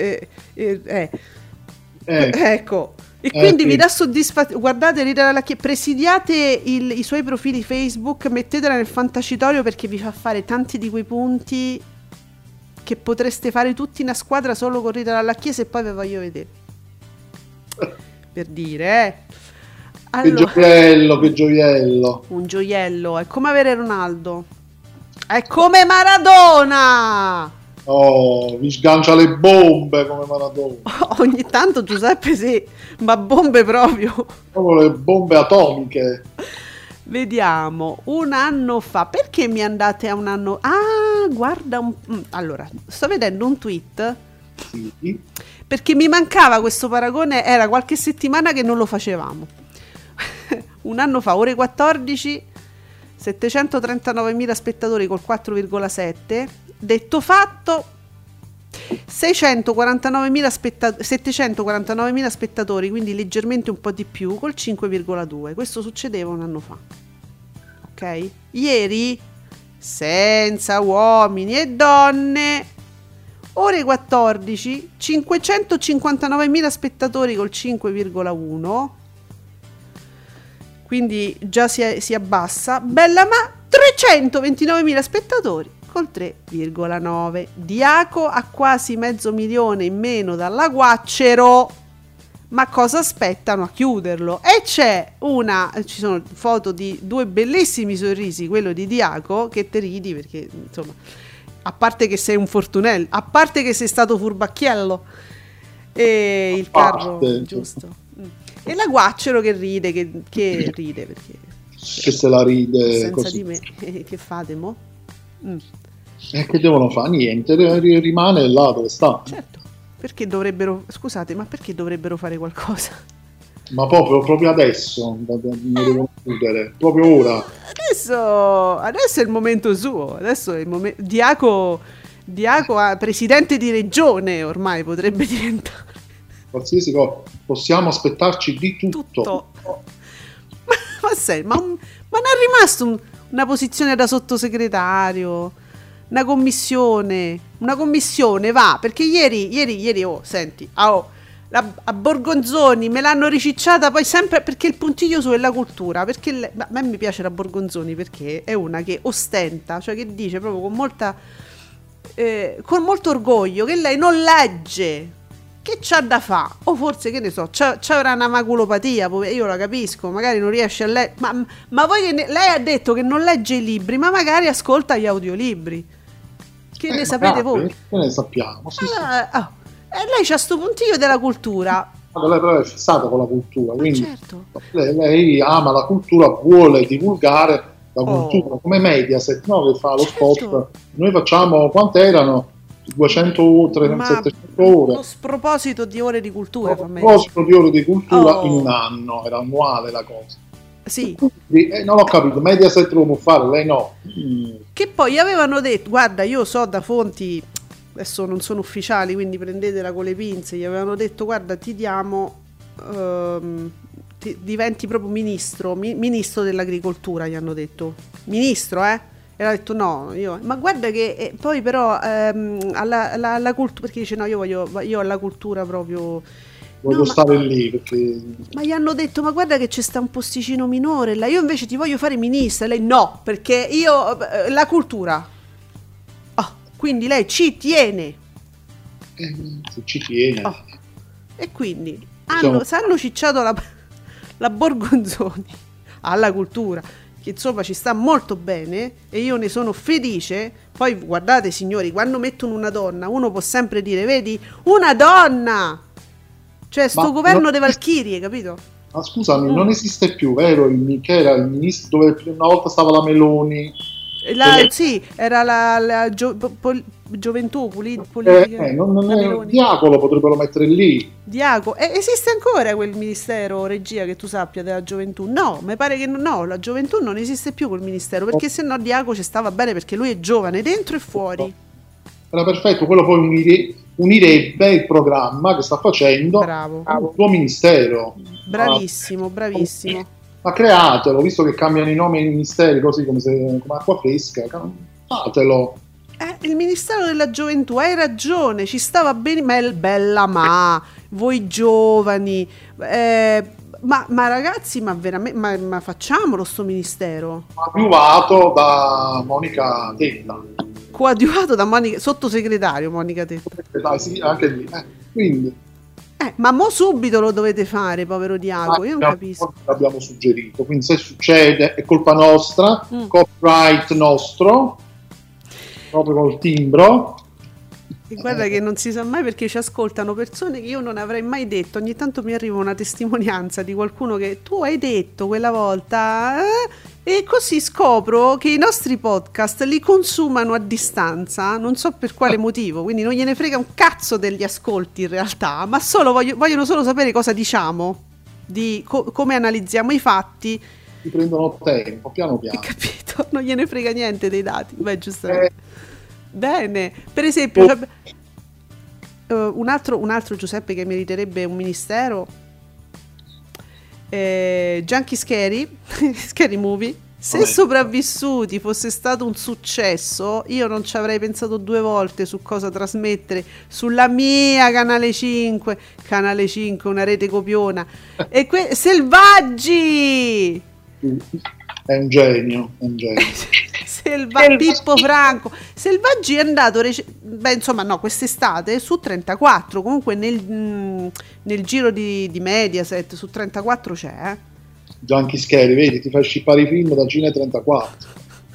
ecco. E quindi vi dà soddisfazione. Guardate Rita Dalla Chiesa, presidiate i suoi profili Facebook, mettetela nel fantacitorio, perché vi fa fare tanti di quei punti che potreste fare tutti una squadra solo con Rita Dalla Chiesa, e poi ve voglio vedere. Per dire, allora, che gioiello. Un gioiello, è come avere Ronaldo. È come Maradona. Oh, mi sgancia le bombe come Maradona. Ogni tanto, Giuseppe, sì, ma bombe proprio. Proprio le bombe atomiche. Vediamo, un anno fa. Perché mi andate a un anno? Ah, guarda allora, sto vedendo un tweet. Sì. Perché mi mancava questo paragone, era qualche settimana che non lo facevamo. Un anno fa, ore 14, 739.000 spettatori col 4,7. Detto fatto, 749.000 spettatori, quindi leggermente un po' di più, col 5,2. Questo succedeva un anno fa. Ok? Ieri, senza uomini e donne, ore 14, 559.000 spettatori col 5,1. Quindi già si abbassa. Bella, ma 329.000 spettatori col 3,9. Diaco ha quasi 500.000 in meno dalla Guaccero, ma cosa aspettano a chiuderlo? E ci sono foto di due bellissimi sorrisi, quello di Diaco, che te ridi perché insomma, a parte che sei un fortunello, a parte che sei stato furbacchiello, e il carro, giusto, e la Guaccero che ride, che ride perché se la ride senza così. di me, che fate mo? Che devono fare? Niente, rimane là dove sta. Certo, perché dovrebbero fare qualcosa? Ma proprio adesso mi devono chiudere, proprio ora. Adesso è il momento suo, adesso è il momento. Diaco, presidente di regione ormai potrebbe diventare. Qualsiasi cosa, possiamo aspettarci di tutto. Ma non è rimasto una posizione da sottosegretario, una commissione va, perché ieri senti, a Borgonzoni me l'hanno ricicciata, poi sempre perché il puntiglio su è la cultura, perché a me mi piace la Borgonzoni perché è una che ostenta, cioè che dice proprio con molto orgoglio che lei non legge. Che c'ha da fa? O forse, che ne so, c'avrà una maculopatia, io la capisco, magari non riesce a leggere, ma voi lei ha detto che non legge i libri, ma magari ascolta gli audiolibri. Che ne sapete voi? Che ne sappiamo? Sì. Lei c'ha sto puntiglio della cultura. Lei però è fissata con la cultura, quindi certo. lei ama la cultura, vuole divulgare la cultura, come Mediaset, no? Che fa lo spot. Noi facciamo, quante erano? 200 700 ore. Uno sproposito di ore di cultura. Uno sproposito di ore di cultura in un anno, era annuale la cosa. Sì. Non ho capito, Mediaset lo può fare, lei no. Che poi avevano detto, guarda, io so da fonti, adesso non sono ufficiali, quindi prendetela con le pinze, gli avevano detto, guarda, ti diamo, diventi proprio ministro dell'agricoltura, gli hanno detto. Ministro, E ha detto no, ma guarda che poi però alla cultura, perché dice no, io alla cultura proprio voglio stare lì perché... Ma gli hanno detto, ma guarda che c'è sta un posticino minore là, io invece ti voglio fare ministra, lei no, perché io la cultura, quindi lei ci tiene, se ci tiene e quindi hanno cicciato la Borgonzoni alla cultura, che insomma ci sta molto bene e io ne sono felice. Poi guardate signori, quando mettono una donna uno può sempre dire, vedi, una donna, cioè sto governo delle Valchirie, capito? Ma scusami, non esiste più, vero? Che era il ministro dove una volta stava la Meloni. Sì, era la gioventù politica. Diaco lo potrebbero mettere lì. Diaco, esiste ancora quel ministero, regia, che tu sappia, della gioventù? No, mi pare che no, la gioventù non esiste più quel ministero, perché se no Diaco ci stava bene, perché lui è giovane dentro e fuori. Era perfetto, quello poi unirebbe il programma che sta facendo al tuo ministero. Bravissimo. Ma createlo, visto che cambiano i nomi ai ministeri così come acqua fresca, fatelo. Il Ministero della Gioventù, hai ragione, ci stava bene, ma è bella, ma voi giovani, ma ragazzi, ma veramente, ma facciamolo sto ministero? Coadiuvato da Monica Tetta. Coadiuvato da sottosegretario Monica Tetta. Sì, anche lì, quindi... ma mo subito lo dovete fare, povero Diaco, io non capisco. L'abbiamo suggerito, quindi se succede è colpa nostra, copyright nostro, proprio col timbro. E guarda che non si sa mai, perché ci ascoltano persone che io non avrei mai detto. Ogni tanto mi arriva una testimonianza di qualcuno che tu hai detto quella volta, e così scopro che i nostri podcast li consumano a distanza, non so per quale motivo, quindi non gliene frega un cazzo degli ascolti in realtà, ma vogliono solo sapere cosa diciamo, di come analizziamo i fatti. Ti prendono tempo, piano piano. Hai capito? Non gliene frega niente dei dati. Beh, giustamente. Bene, per esempio un altro Giuseppe che meriterebbe un ministero, Junkie Scary Movie. Se Sopravvissuti fosse stato un successo, io non ci avrei pensato due volte su cosa trasmettere sulla mia Canale 5, una rete copiona. E Selvaggi! È un genio. Pippo Franco. Selvaggi è andato quest'estate su 34, comunque nel giro di Mediaset su 34 c'è. Junkie Scary, vedi, ti fai scippare i film da Cine 34.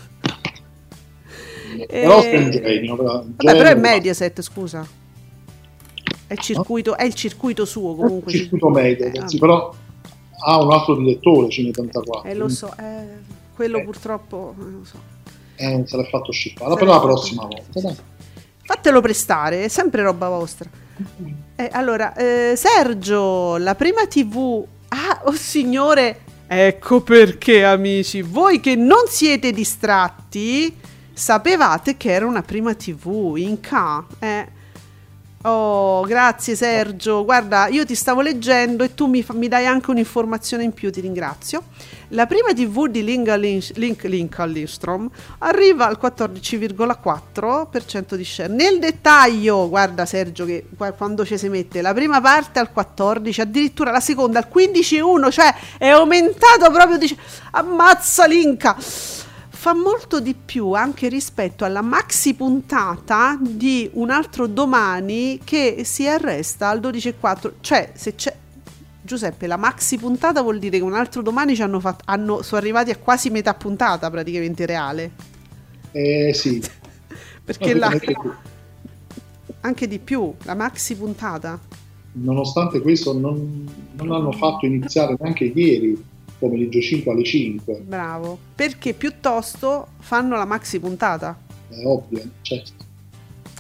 Però è un genio. Però è Mediaset, scusa. È il circuito suo comunque. Il circuito Mediaset, sì, però ha un altro direttore, Cine 34. Lo so, quello purtroppo non lo so. Se l'ha fatto scippare per la prossima volta, dai. Fatelo prestare, è sempre roba vostra. Allora, Sergio, la prima TV. Oh signore, ecco perché, amici, voi che non siete distratti, sapevate che era una prima TV in K. Oh, grazie Sergio. Guarda, io ti stavo leggendo e tu mi dai anche un'informazione in più, ti ringrazio. La prima TV di Linka Lindstrom arriva al 14,4% di share. Nel dettaglio, guarda Sergio, che quando ci si mette la prima parte al 14%, addirittura la seconda al 15,1%, cioè è aumentato proprio, ammazza Linka. Fa molto di più anche rispetto alla maxi puntata di Un altro domani che si arresta al 12,4%. Cioè, se c'è Giuseppe, la maxi puntata vuol dire che Un altro domani sono arrivati a quasi metà puntata praticamente reale. Sì. Perché anche di più, la maxi puntata. Nonostante questo non hanno fatto iniziare neanche ieri pomeriggio 5 alle 5. Bravo, perché piuttosto fanno la maxi puntata. È ovvio, certo.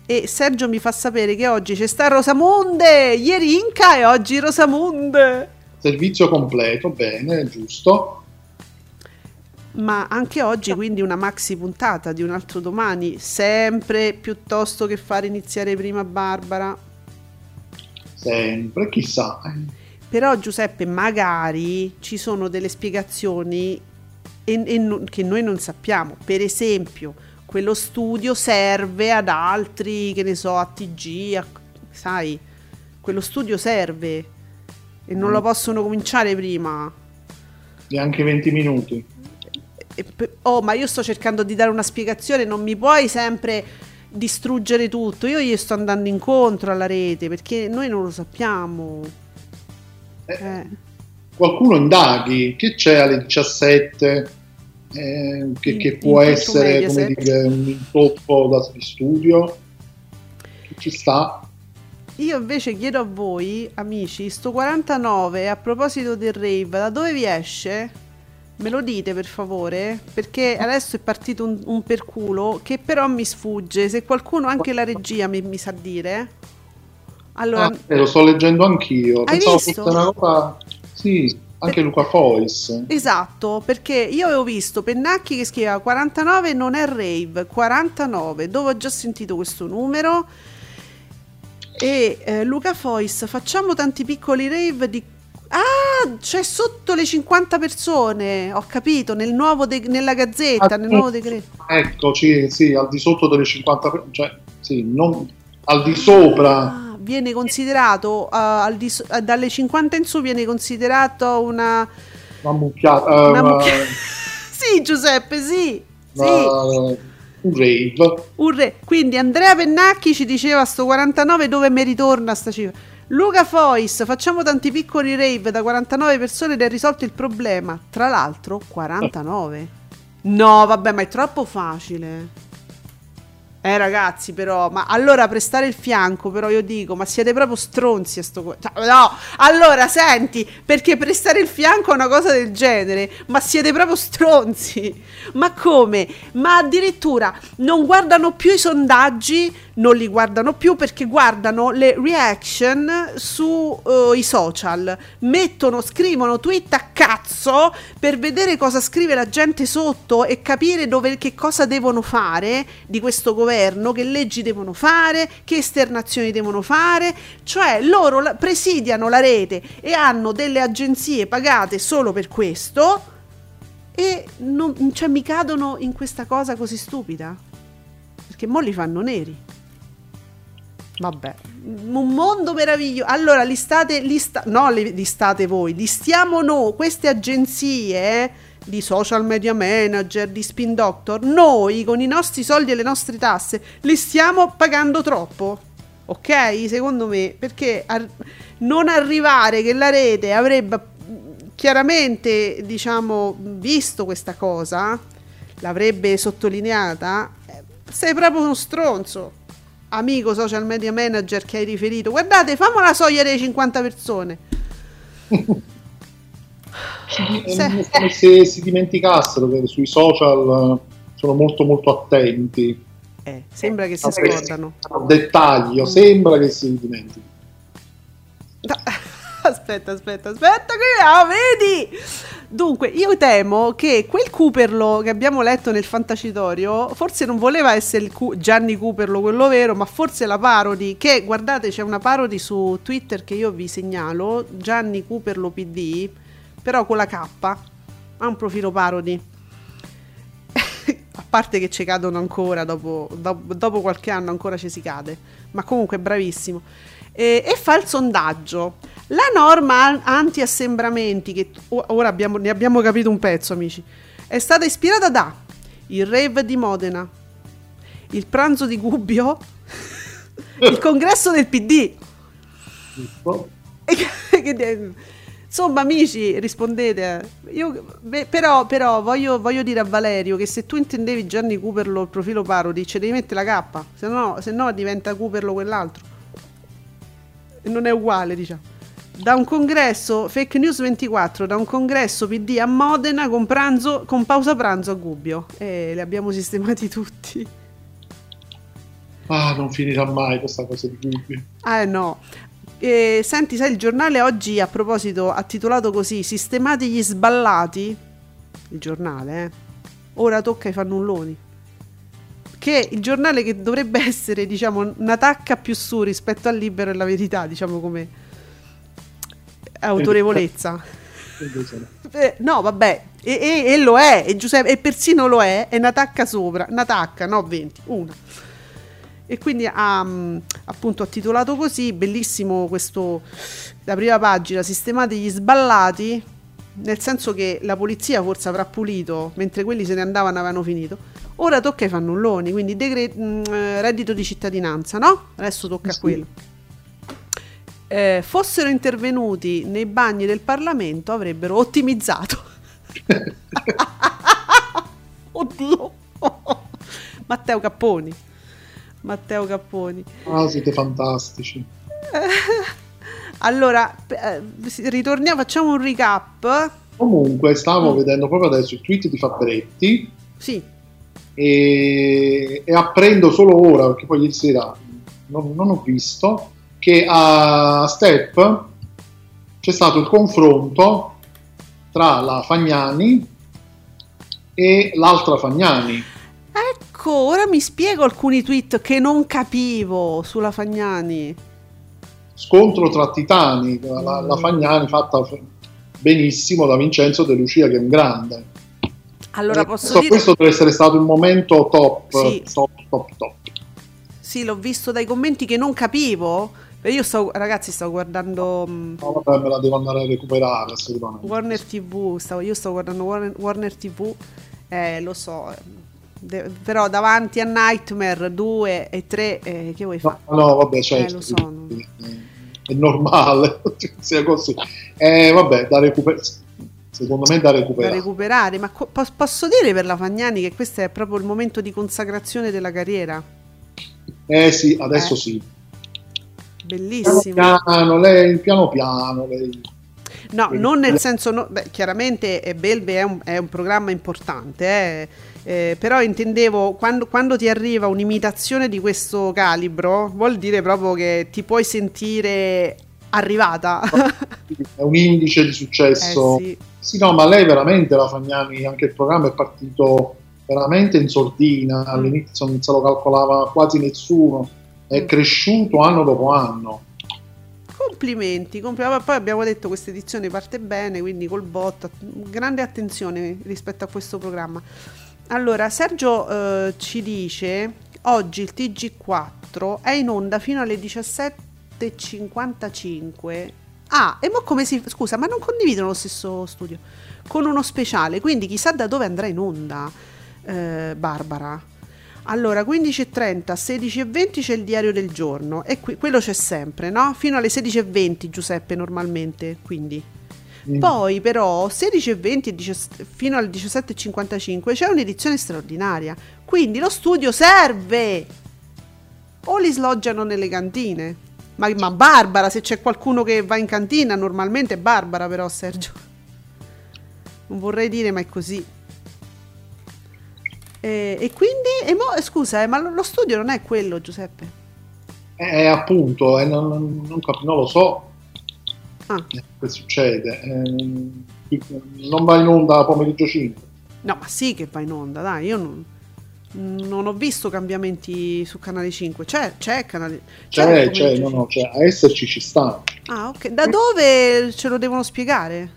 E Sergio mi fa sapere che oggi c'è sta Rosamonde, ieri Inca e oggi Rosamonde. Servizio completo, bene, giusto. Ma anche oggi quindi una maxi puntata di Un altro domani, sempre piuttosto che fare iniziare prima Barbara. Sempre, chissà. Però Giuseppe, magari ci sono delle spiegazioni che noi non sappiamo. Per esempio, quello studio serve ad altri, che ne so, a TG, sai, quello studio serve e non lo possono cominciare prima. Neanche 20 minuti. Ma io sto cercando di dare una spiegazione, non mi puoi sempre distruggere tutto. Io gli sto andando incontro alla rete perché noi non lo sappiamo. Qualcuno indaghi che c'è alle 17 che può essere, come dire, un intoppo di studio che ci sta. Io invece chiedo a voi amici, sto 49 a proposito del rave, da dove vi esce? Me lo dite per favore, perché adesso è partito un perculo che però mi sfugge. Se qualcuno, anche la regia, mi sa dire. Allora, lo sto leggendo anch'io. Hai Pensavo visto? fosse una cosa. Sì, anche Luca Fois. Esatto, perché io avevo visto Pennacchi che scriveva 49 non è rave, 49, dove ho già sentito questo numero. E Luca Fois, facciamo tanti piccoli rave di... c'è sotto le 50 persone, ho capito, nella Gazzetta, nel nuovo decreto. Eccoci, sì, al di sotto delle 50, cioè, sì, non al di sopra. Viene considerato, dalle 50 in su viene considerato una mucchiata. Sì, Giuseppe, sì. Un rave. Quindi Andrea Pennacchi ci diceva sto 49 dove mi ritorna sta cifra. Luca Fois, facciamo tanti piccoli rave da 49 persone ed è risolto il problema. Tra l'altro 49. No, vabbè, ma è troppo facile. Ragazzi, però, ma allora prestare il fianco, però io dico, ma siete proprio stronzi a sto no, allora senti, perché prestare il fianco è una cosa del genere, ma siete proprio stronzi. Ma come? Ma addirittura non guardano più i sondaggi, non li guardano più perché guardano le reaction su i social, scrivono tweet a cazzo per vedere cosa scrive la gente sotto e capire che cosa devono fare di questo governo, che leggi devono fare, che esternazioni devono fare. Cioè loro presidiano la rete e hanno delle agenzie pagate solo per questo e mi cadono in questa cosa così stupida, perché mo li fanno neri. Vabbè, un mondo meraviglioso. Allora listiamo noi, queste agenzie di social media manager, di spin doctor, noi con i nostri soldi e le nostre tasse li stiamo pagando troppo, ok? Secondo me, perché non arrivare che la rete avrebbe chiaramente, diciamo, visto questa cosa, l'avrebbe sottolineata, sei proprio uno stronzo. Amico social media manager che hai riferito, guardate, fammo la soglia delle 50 persone. Come se si dimenticassero che sui social sono molto molto attenti. Sembra che si scordano. Dettaglio, sembra che si dimentichi. Aspetta, vedi? Dunque, io temo che quel Cooperlo che abbiamo letto nel Fantacitorio forse non voleva essere Gianni Cooperlo, quello vero, ma forse la parody, che guardate, c'è una parody su Twitter che io vi segnalo, Gianni Cooperlo PD, però con la K, ha un profilo parody. A parte che ci cadono ancora, dopo qualche anno ancora ci si cade, ma comunque è bravissimo. E fa il sondaggio. La norma anti-assembramenti, che ora ne abbiamo capito un pezzo, amici, è stata ispirata da il rave di Modena, il pranzo di Gubbio, il congresso del PD. Insomma, amici, rispondete. Però voglio dire a Valerio che se tu intendevi Gianni Cooperlo il profilo parody, ci devi mettere la K, se no diventa Cooperlo quell'altro. E non è uguale, diciamo. Da un congresso Fake News 24, da un congresso PD a Modena con pausa pranzo a Gubbio. Li abbiamo sistemati tutti. Non finirà mai questa cosa di Gubbio. No. Senti, sai, il giornale oggi a proposito ha titolato così: sistemati gli sballati. Il giornale, ora tocca ai fannulloni. Che il giornale che dovrebbe essere, diciamo, una tacca più su rispetto al Libero e la Verità, diciamo, come autorevolezza. No, vabbè, e lo è, e Giuseppe, e persino lo è una tacca sopra, una tacca, no, 20, una. E quindi appunto ha titolato così, bellissimo questo, la prima pagina, sistemate gli sballati, nel senso che la polizia forse avrà pulito, mentre quelli se ne andavano avevano finito. Ora tocca ai fannulloni, quindi reddito di cittadinanza, no? Adesso tocca a quello. Fossero intervenuti nei bagni del Parlamento avrebbero ottimizzato. Oddio. Matteo Capponi. Siete fantastici. Allora, ritorniamo, facciamo un recap. Comunque, stavo vedendo proprio adesso il tweet di Fabretti. Sì. E apprendo solo ora, perché poi ieri sera non ho visto, che a Step c'è stato il confronto tra la Fagnani e l'altra Fagnani. Ecco, ora mi spiego alcuni tweet che non capivo sulla Fagnani. Scontro tra titani, la Fagnani fatta benissimo da Vincenzo De Lucia, che è un grande. Allora posso dire... Questo deve essere stato un momento top, sì. top. Sì, l'ho visto dai commenti che non capivo. Io stavo guardando... No, vabbè, me la devo andare a recuperare assolutamente. Warner TV, io stavo guardando Warner TV, lo so, però davanti a Nightmare 2 e 3, che vuoi fare? No, vabbè, certo. Lo so. È normale, sia così. Vabbè, da recuperare. Secondo me da recuperare. Ma posso dire per la Fagnani che questo è proprio il momento di consacrazione della carriera? Sì, adesso sì. Bellissimo. Piano piano lei. No, non nel senso, chiaramente Belve è un programma importante, però intendevo quando ti arriva un'imitazione di questo calibro, vuol dire proprio che ti puoi sentire arrivata. È un indice di successo. Sì, no, ma lei veramente, la Fagnani, anche il programma è partito veramente in sordina, all'inizio non se lo calcolava quasi nessuno, è cresciuto anno dopo anno. Complimenti. Poi abbiamo detto questa edizione parte bene, quindi col botto, grande attenzione rispetto a questo programma. Allora, Sergio ci dice, oggi il TG4 è in onda fino alle 17:55. E mo come scusa, ma non condividono lo stesso studio con uno speciale, quindi chissà da dove andrà in onda, Barbara. Allora, 15:30, 16:20 c'è il diario del giorno, e quello c'è sempre, no? Fino alle 16:20, Giuseppe, normalmente, quindi. Poi però 16:20 fino alle 17:55 c'è un'edizione straordinaria, quindi lo studio serve, o li sloggiano nelle cantine. Ma Barbara, se c'è qualcuno che va in cantina, normalmente è Barbara, però, Sergio. Non vorrei dire, ma è così. E quindi, scusa, ma lo studio non è quello, Giuseppe? Appunto, non lo so. Che succede? Non va in onda pomeriggio 5. No, ma sì che va in onda, dai, io non ho visto cambiamenti su Canale 5. C'è Canale... C'è, a esserci ci sta. Ok. Da dove ce lo devono spiegare?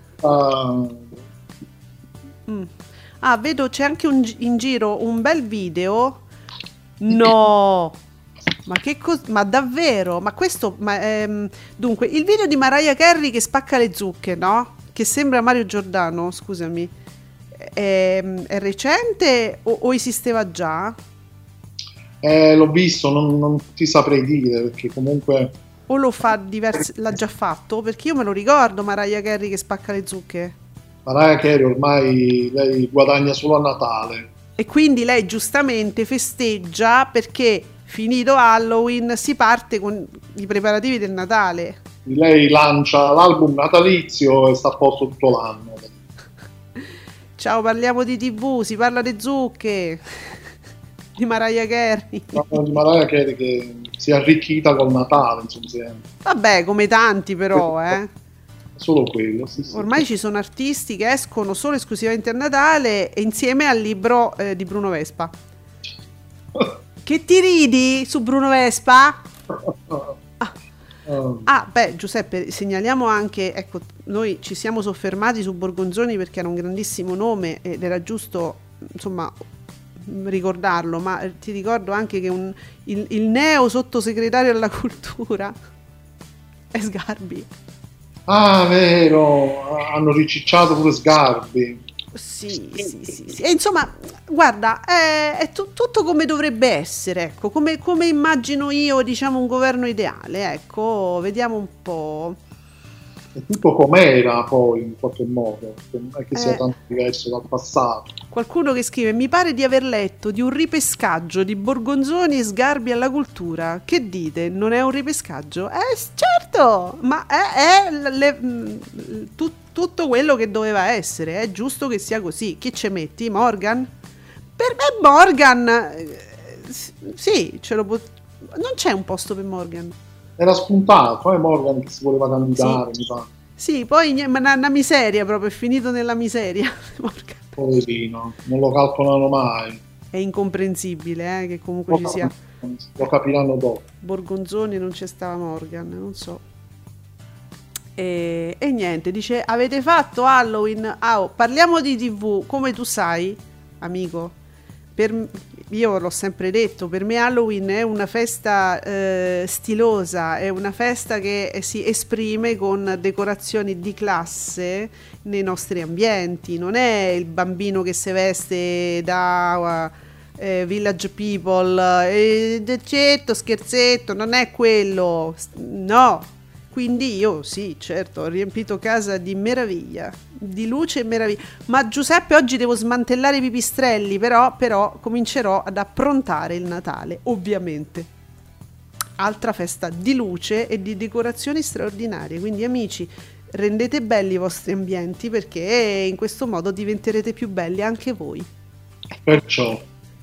Vedo c'è anche in giro un bel video. No! Ma davvero? Ma questo... dunque, il video di Mariah Carey che spacca le zucche, no? Che sembra Mario Giordano, scusami. È recente o esisteva già? L'ho visto, non ti saprei dire, perché comunque... O lo fa l'ha già fatto? Perché io me lo ricordo, Mariah Carey che spacca le zucche. Mariah Carey ormai lei guadagna solo a Natale. E quindi lei giustamente festeggia perché finito Halloween si parte con i preparativi del Natale. Lei lancia l'album natalizio e sta a posto tutto l'anno. Ciao, parliamo di TV, si parla di zucche. di Mariah Carey. Di Mariah Carey che si è arricchita col Natale, insomma. Vabbè, come tanti però, Solo quello, sì. Ormai ci sono artisti che escono solo esclusivamente a Natale e insieme al libro di Bruno Vespa. Che ti ridi su Bruno Vespa? Giuseppe, segnaliamo anche, ecco, noi ci siamo soffermati su Borgonzoni perché era un grandissimo nome ed era giusto, insomma, ricordarlo, ma ti ricordo anche che il neo sottosegretario alla cultura è Sgarbi. Ah, vero, hanno ricicciato pure Sgarbi. Sì. E insomma, guarda, è tutto come dovrebbe essere, ecco, come immagino io, diciamo, un governo ideale, ecco, vediamo un po'. È tutto com'era poi, in qualche modo, non è che sia tanto diverso dal passato. Qualcuno che scrive: mi pare di aver letto di un ripescaggio di Borgonzoni e Sgarbi alla cultura. Che dite? Non è un ripescaggio? Certo, ma è tutto quello che doveva essere, è giusto che sia così. Chi ci metti? Morgan? Per me Morgan, sì, non c'è un posto per Morgan. Era spuntato, Morgan che si voleva candidare, mi pare. Sì, poi una miseria proprio, è finito nella miseria. Morgan. Poverino, non lo calcolano mai. È incomprensibile che comunque ci sia. Lo capiranno dopo. Borgonzoni non c'è stava Morgan, non so. E niente, dice: avete fatto Halloween? Parliamo di TV, come tu sai, amico. Io l'ho sempre detto, per me Halloween è una festa stilosa, è una festa che si esprime con decorazioni di classe nei nostri ambienti, non è il bambino che si veste da Village People, scherzetto, non è quello, no. Quindi io sì, certo, ho riempito casa di meraviglia, di luce e meraviglia. Ma Giuseppe, oggi devo smantellare i pipistrelli, però comincerò ad approntare il Natale, ovviamente. Altra festa di luce e di decorazioni straordinarie. Quindi amici, rendete belli i vostri ambienti perché in questo modo diventerete più belli anche voi. Perciò.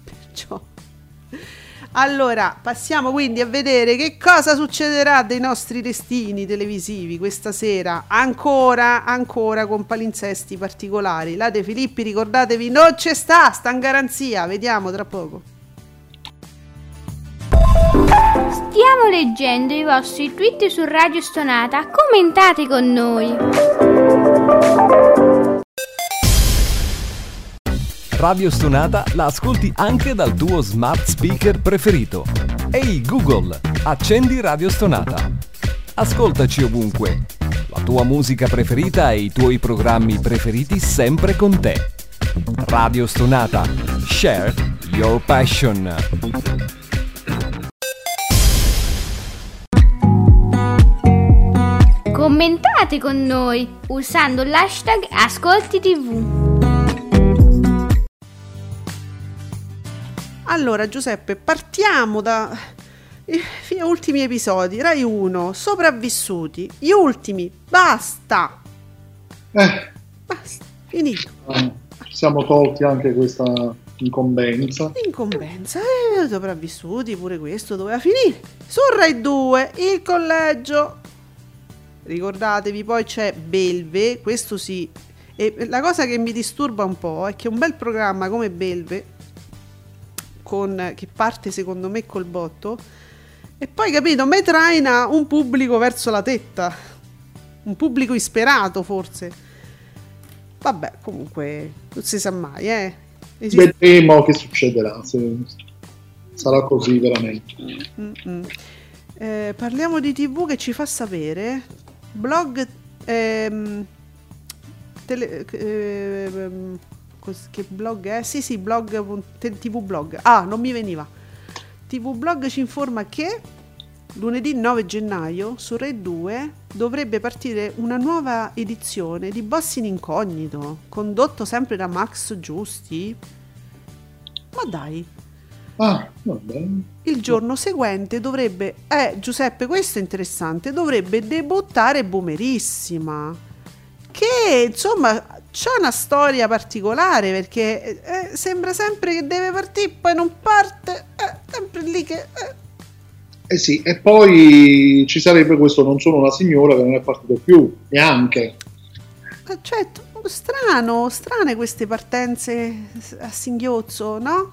Allora, passiamo quindi a vedere che cosa succederà dei nostri destini televisivi questa sera, ancora con palinsesti particolari. La De Filippi, ricordatevi, non c'è sta in garanzia, vediamo tra poco. Stiamo leggendo i vostri tweet su Radio Stonata, commentate con noi. Radio Stonata la ascolti anche dal tuo smart speaker preferito. Ehi Google, accendi Radio Stonata. Ascoltaci ovunque. La tua musica preferita e i tuoi programmi preferiti sempre con te. Radio Stonata. Share your passion. Commentate con noi usando l'hashtag Ascolti TV. Allora Giuseppe, partiamo da ultimi episodi, Rai 1, sopravvissuti, gli ultimi, basta, finito. Ci siamo tolti anche questa incombenza, sopravvissuti, pure questo doveva finire. Su Rai 2, il collegio, ricordatevi, poi c'è Belve, questo sì, e la cosa che mi disturba un po' è che un bel programma come Belve, che parte secondo me col botto, e poi capito, me traina un pubblico verso la tetta, un pubblico isperato forse. Vabbè, comunque non si sa mai, vedremo che succederà, se sarà così veramente. Parliamo di TV che ci fa sapere blog che blog è? Sì, blog, TV blog. Non mi veniva. TV blog ci informa che lunedì 9 gennaio su Rai 2 dovrebbe partire una nuova edizione di Boss in Incognito, condotto sempre da Max Giusti. Ma dai. Vabbè. Il giorno seguente dovrebbe, Giuseppe, questo è interessante, dovrebbe debuttare Boomerissima, che insomma c'ha una storia particolare, perché sembra sempre che deve partire, poi non parte, sempre lì che... sì, e poi ci sarebbe questo non sono una signora che non è partito più, neanche. Certo, strane queste partenze a singhiozzo, no?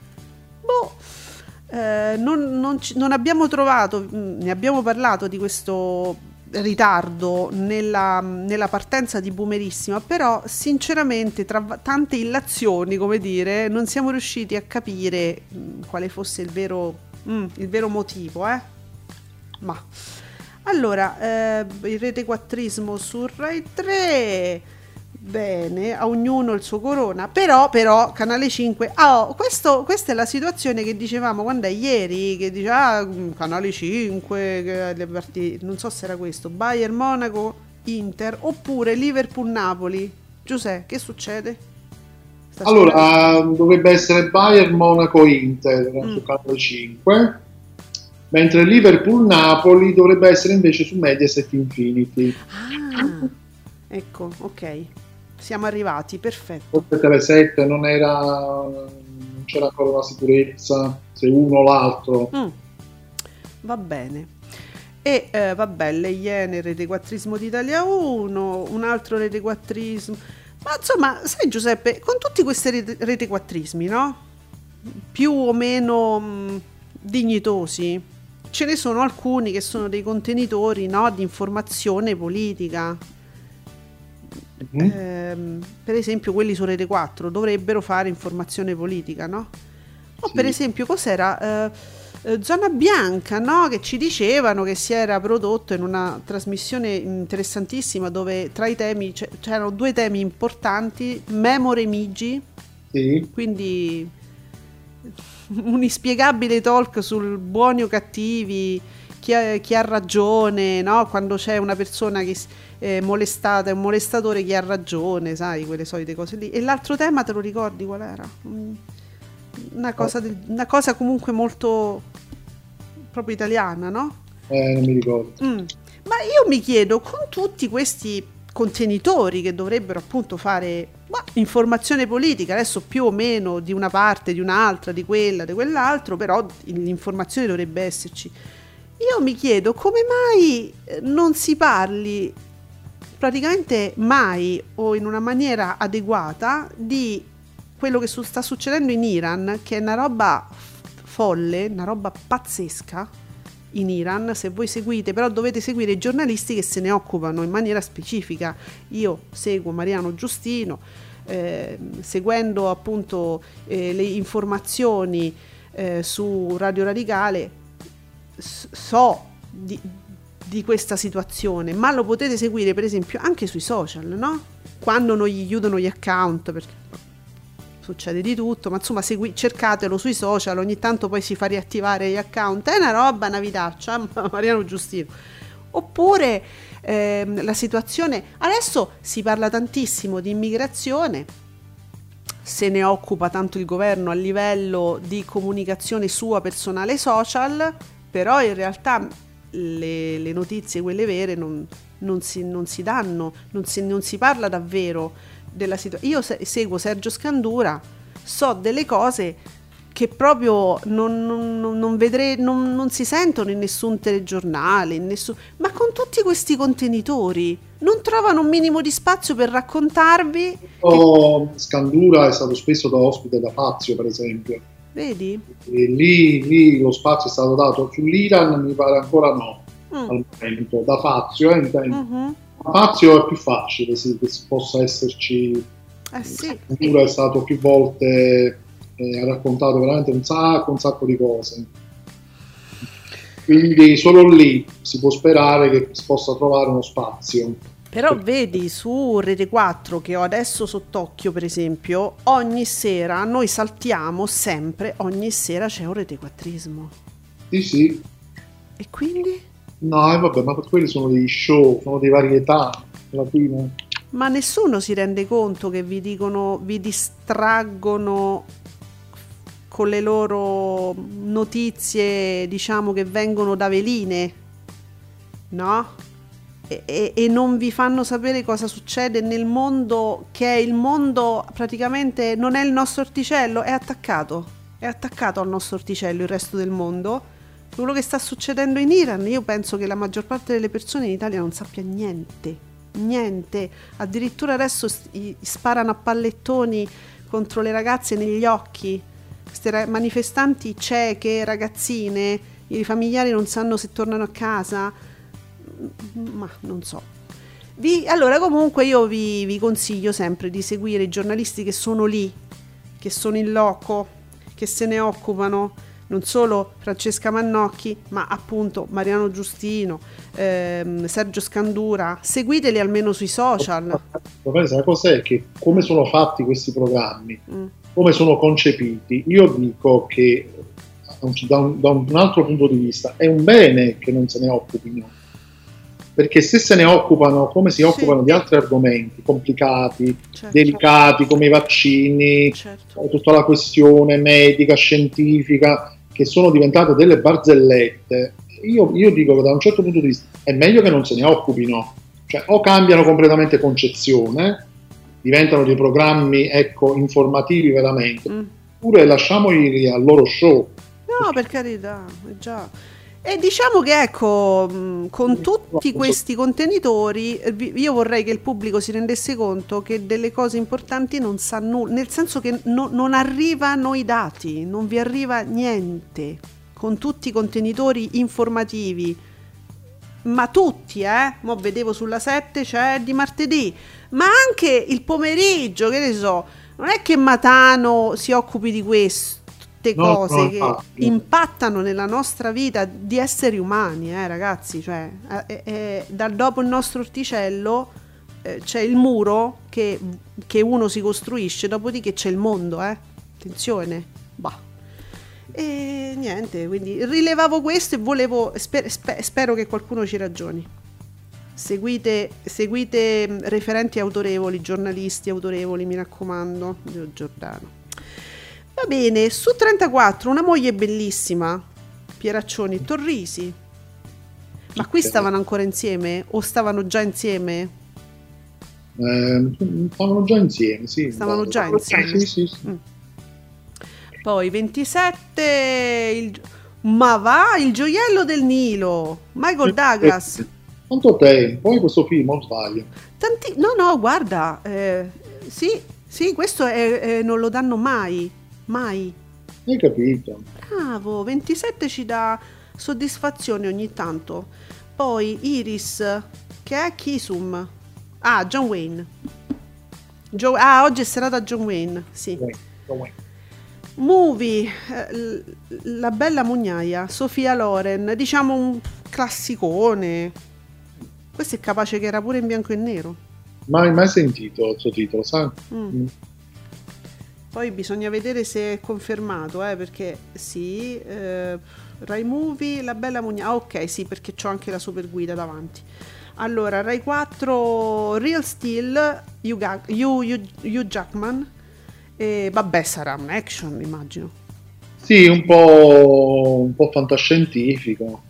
Non abbiamo trovato, ne abbiamo parlato di questo ritardo nella partenza di Boomerissima, però sinceramente tra tante illazioni, come dire, non siamo riusciti a capire quale fosse il vero motivo, ma allora il retequattrismo su Rai 3, bene, a ognuno il suo corona, però Canale 5, questa è la situazione che dicevamo quando è ieri, che diceva Canale 5 le partite, non so se era questo, Bayern Monaco Inter oppure Liverpool Napoli. Giuseppe, che succede? Allora dovrebbe essere Bayern Monaco Inter su Canale 5, mentre Liverpool Napoli dovrebbe essere invece su Mediaset Infinity. Ecco, ok, siamo arrivati, perfetto. Forse Tele7 non c'era ancora una sicurezza se uno o l'altro. Va bene. E vabbè, le Iene, retequattrismo d'Italia 1, un altro retequattrismo. Ma insomma, sai Giuseppe, con tutti questi retequattrismi, no? Più o meno dignitosi, ce ne sono alcuni che sono dei contenitori, no, di informazione politica. Per esempio quelli su Rete 4 dovrebbero fare informazione politica, no? O sì. Per esempio cos'era? Zona Bianca, no? Che ci dicevano che si era prodotto in una trasmissione interessantissima dove tra i temi c'erano due temi importanti, Memore Migi, sì. Quindi un inspiegabile talk sul buoni o cattivi, chi ha ragione, no? Quando c'è una persona che è molestata, è un molestatore, chi ha ragione, sai, quelle solite cose lì. E l'altro tema te lo ricordi qual era? Una cosa comunque molto proprio italiana, no? Non mi ricordo. Ma io mi chiedo, con tutti questi contenitori che dovrebbero appunto fare informazione politica, adesso più o meno di una parte, di un'altra, di quella, di quell'altro, però l'informazione dovrebbe esserci. Io mi chiedo come mai non si parli praticamente mai o in una maniera adeguata di quello che sta succedendo in Iran, che è una roba folle, una roba pazzesca in Iran. Se voi seguite, però dovete seguire i giornalisti che se ne occupano in maniera specifica. Io seguo Mariano Giustino, seguendo appunto le informazioni su Radio Radicale, so di questa situazione, ma lo potete seguire per esempio anche sui social, no? Quando non gli chiudono gli account, perché succede di tutto, ma insomma cercatelo sui social, ogni tanto poi si fa riattivare gli account, è una roba, una vitaccia, Mariano Giustino. Oppure la situazione, adesso si parla tantissimo di immigrazione, se ne occupa tanto il governo a livello di comunicazione sua personale social, però in realtà le notizie, quelle vere, non si danno, non si parla davvero della situazione. Io seguo Sergio Scandura, so delle cose che proprio non si sentono in nessun telegiornale, ma con tutti questi contenitori non trovano un minimo di spazio per raccontarvi. Scandura è stato spesso da ospite da Fazio, per esempio. Vedi? E lì lo spazio è stato dato. Sull'Iran mi pare ancora no, al momento, da Fazio, intendo. Fazio è più facile, sì, che possa esserci. Sì. Scandura è stato più volte, ha raccontato veramente un sacco di cose. Quindi solo lì si può sperare che si possa trovare uno spazio. Però vedi, su Rete 4, che ho adesso sott'occhio per esempio, ogni sera noi saltiamo sempre, ogni sera c'è un retequattrismo. Sì. E quindi? No, vabbè, ma quelli sono degli show, sono dei varietà alla fine. Ma nessuno si rende conto che vi dicono, vi distraggono con le loro notizie, diciamo, che vengono da veline, no? e non vi fanno sapere cosa succede nel mondo, che è il mondo praticamente, non è il nostro orticello, è attaccato al nostro orticello il resto del mondo. Quello che sta succedendo in Iran, io penso che la maggior parte delle persone in Italia non sappia niente, addirittura adesso sparano a pallettoni contro le ragazze negli occhi, queste manifestanti cieche, ragazzine, i familiari non sanno se tornano a casa, ma non so. Allora comunque io vi consiglio sempre di seguire i giornalisti che sono lì, che sono in loco, che se ne occupano, non solo Francesca Mannocchi, ma appunto Mariano Giustino, Sergio Scandura. Seguiteli almeno sui social. La cosa è che come sono fatti questi programmi, come sono concepiti, io dico che da un altro punto di vista è un bene che non se ne occupino, perché se se ne occupano come si occupano di altri argomenti complicati, delicati, come i vaccini, tutta la questione medica, scientifica, che sono diventate delle barzellette, io dico che da un certo punto di vista è meglio che non se ne occupino, cioè o cambiano completamente concezione, diventano dei programmi informativi veramente, oppure lasciamoli al loro show. No, per carità, già. E diciamo che con tutti questi contenitori io vorrei che il pubblico si rendesse conto che delle cose importanti non sa nulla, nel senso che non arrivano i dati, non vi arriva niente con tutti i contenitori informativi, ma tutti, mo vedevo sulla 7 c'è di martedì, ma anche il pomeriggio, che ne so, non è che Matano si occupi di questo, cose che impattano nella nostra vita di esseri umani, ragazzi, cioè dal dopo il nostro orticello c'è il muro che uno si costruisce, dopodiché c'è il mondo, attenzione, e niente, quindi rilevavo questo e volevo spero che qualcuno ci ragioni. Seguite referenti autorevoli, giornalisti autorevoli, mi raccomando. Giordano. Va bene, su 34 una moglie bellissima, Pieraccioni e Torrisi. Ma qui stavano ancora insieme o stavano già insieme? Stavano già insieme, sì. Stavano già insieme. Sì. Poi 27 il gioiello del Nilo, Michael Douglas. Quanto tempo? Poi questo film, non sbaglio. No, guarda, sì, questo non lo danno mai. Hai capito? Bravo, 27 ci dà soddisfazione ogni tanto. Poi Iris, che è Kisum. John Wayne. Oggi è serata John Wayne, sì. John Wayne. Movie, La bella mugnaia, Sofia Loren, diciamo un classicone. Questo è capace che era pure in bianco e nero. Mai sentito il suo titolo, sai? Poi bisogna vedere se è confermato, perché sì, Rai Movie, La bella mugnaia. Ok, sì, perché c'ho anche la super guida davanti. Allora, Rai 4, Real Steel, Hugh Jackman. E vabbè, sarà un action, immagino. Sì, un po' fantascientifico.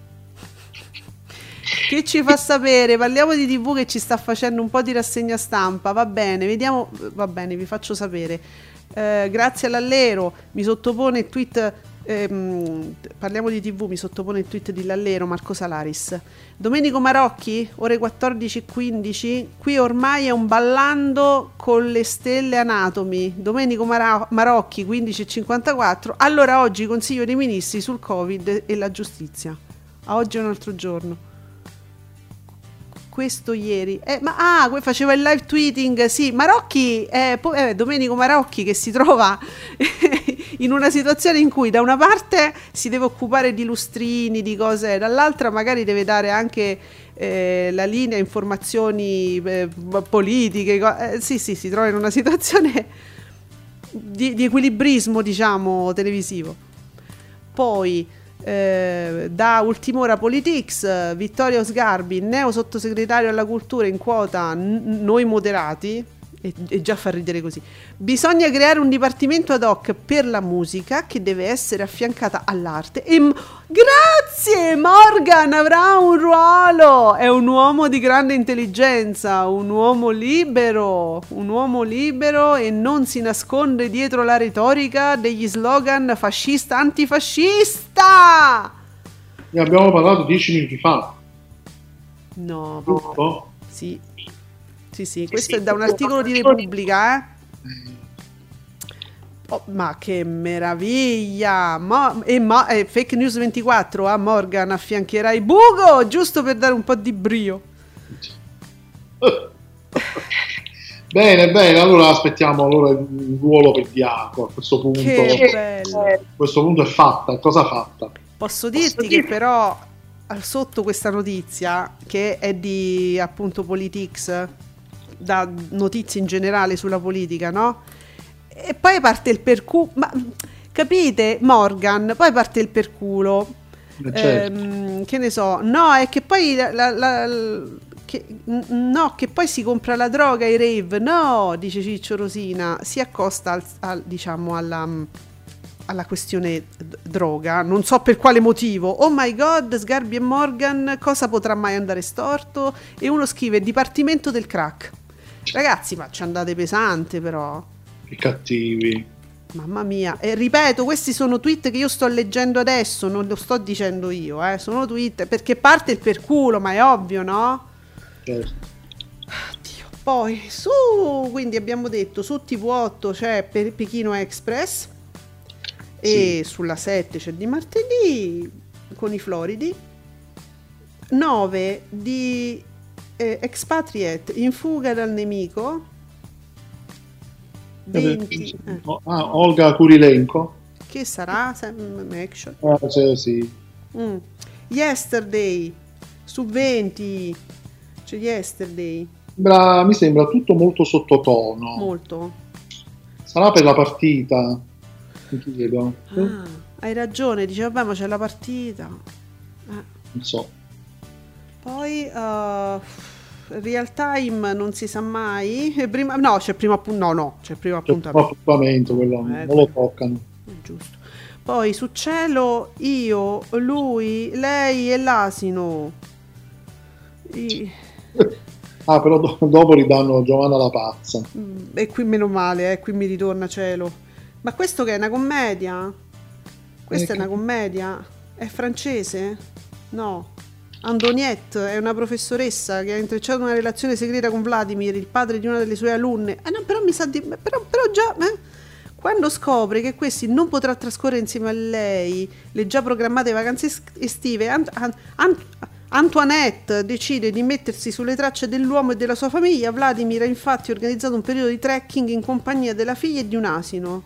Che ci fa sapere? Parliamo di TV che ci sta facendo un po' di rassegna stampa. Va bene, vediamo. Va bene, vi faccio sapere. Grazie all'Allero, mi sottopone il tweet. Parliamo di TV, mi sottopone il tweet di L'Allero, Marco Salaris. Domenico Marocchi, ore 14:15. Qui ormai è un ballando con le stelle Anatomy. Domenico Marocchi, 15:54. Allora, oggi Consiglio dei Ministri sul Covid e la giustizia. A oggi è un altro giorno. Questo ieri faceva il live tweeting, sì, Marocchi, Domenico Marocchi, che si trova in una situazione in cui da una parte si deve occupare di lustrini, di cose, dall'altra magari deve dare anche la linea, informazioni politiche, sì, si trova in una situazione di equilibrismo, diciamo, televisivo. Poi da Ultimora Politics, Vittorio Sgarbi, neo sottosegretario alla cultura in quota Noi Moderati, e già fa ridere così. Bisogna creare un dipartimento ad hoc per la musica che deve essere affiancata all'arte grazie, Morgan avrà un ruolo, è un uomo di grande intelligenza, un uomo libero e non si nasconde dietro la retorica degli slogan fascista antifascista. Ne abbiamo parlato 10 minuti fa. No, giusto? Sì, questo è da un articolo di Repubblica, Oh, ma che meraviglia! Fake News 24 a Morgan affiancherai Bugo, giusto per dare un po' di brio. Bene, allora aspettiamo il ruolo per Diaco a questo punto. Che bello! A questo punto è fatta, è cosa fatta. Posso dirti che però sotto questa notizia, che è di appunto Politics, da notizie in generale sulla politica, no? E poi parte il perculo, ma capite, Morgan, poi parte il perculo, certo. Che ne so, no, è che poi che poi si compra la droga ai rave, no, dice Ciccio Rosina, si accosta diciamo alla questione droga, non so per quale motivo. Oh my god, Sgarbi e Morgan, cosa potrà mai andare storto? E uno scrive Dipartimento del crack. Ragazzi, ma ci andate pesante però. Che cattivi. Mamma mia, e ripeto, questi sono tweet che io sto leggendo adesso, non lo sto dicendo io, sono tweet perché parte il perculo, ma è ovvio, no? Certo. Dio. Poi quindi abbiamo detto su TV8 c'è Pechino Express e sulla 7 c'è di martedì con i Floridi, 9 di Expatriate in fuga dal nemico, 20 Olga Kurilenko, che sarà action. Sì. Yesterday su 20 c'è Yesterday. Mi sembra tutto molto sottotono. Molto. Sarà per la partita? Mi chiedo. Hai ragione, dice vabbè, ma c'è la partita. Non so. Poi Real Time non si sa mai. C'è il primo appuntamento. C'è il primo appuntamento, quello non lo toccano. Giusto. Poi su Cielo, io, lui, lei e l'asino. Però dopo ridanno Giovanna la pazza. E qui meno male, qui mi ritorna Cielo. Ma questo che è una commedia? Questa è una commedia? È francese? No. Antoniette è una professoressa che ha intrecciato una relazione segreta con Vladimir, il padre di una delle sue alunne. No, però mi sa di... Però già... Quando scopre che questi non potrà trascorrere insieme a lei le già programmate vacanze estive, Antoinette decide di mettersi sulle tracce dell'uomo e della sua famiglia. Vladimir ha infatti organizzato un periodo di trekking in compagnia della figlia e di un asino.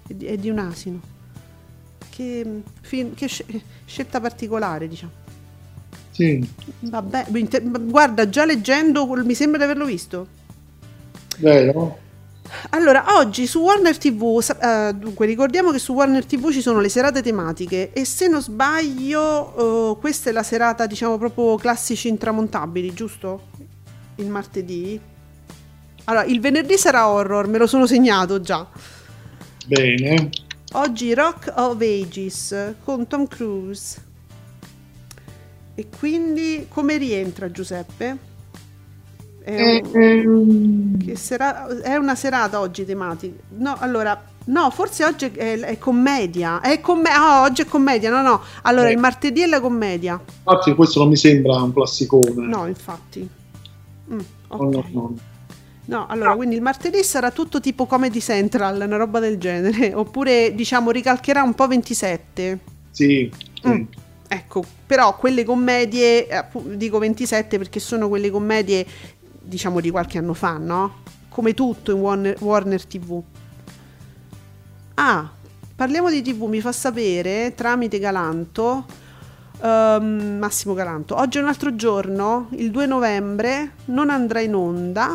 Che scelta particolare, diciamo. Sì. Vabbè, guarda, già leggendo mi sembra di averlo visto. Vero? Allora, oggi su Warner TV, dunque ricordiamo che su Warner TV ci sono le serate tematiche e se non sbaglio questa è la serata, diciamo, proprio classici intramontabili, giusto? Il martedì. Allora, il venerdì sarà horror, me lo sono segnato già. Bene. Oggi Rock of Ages con Tom Cruise. E quindi come rientra Giuseppe? È una serata oggi tematica. No, allora, no, forse oggi è commedia. Oggi è commedia, no. Allora, il martedì è la commedia. Infatti questo non mi sembra un classicone. No, infatti. Okay. No, allora, quindi il martedì sarà tutto tipo Comedy Central, una roba del genere. Oppure, diciamo, ricalcherà un po' 27. Sì. Ecco, però quelle commedie, dico 27 perché sono quelle commedie, diciamo, di qualche anno fa, no? Come tutto in Warner TV. Parliamo di TV, mi fa sapere, tramite Galanto, Massimo Galanto, oggi è un altro giorno, il 2 novembre, non andrà in onda.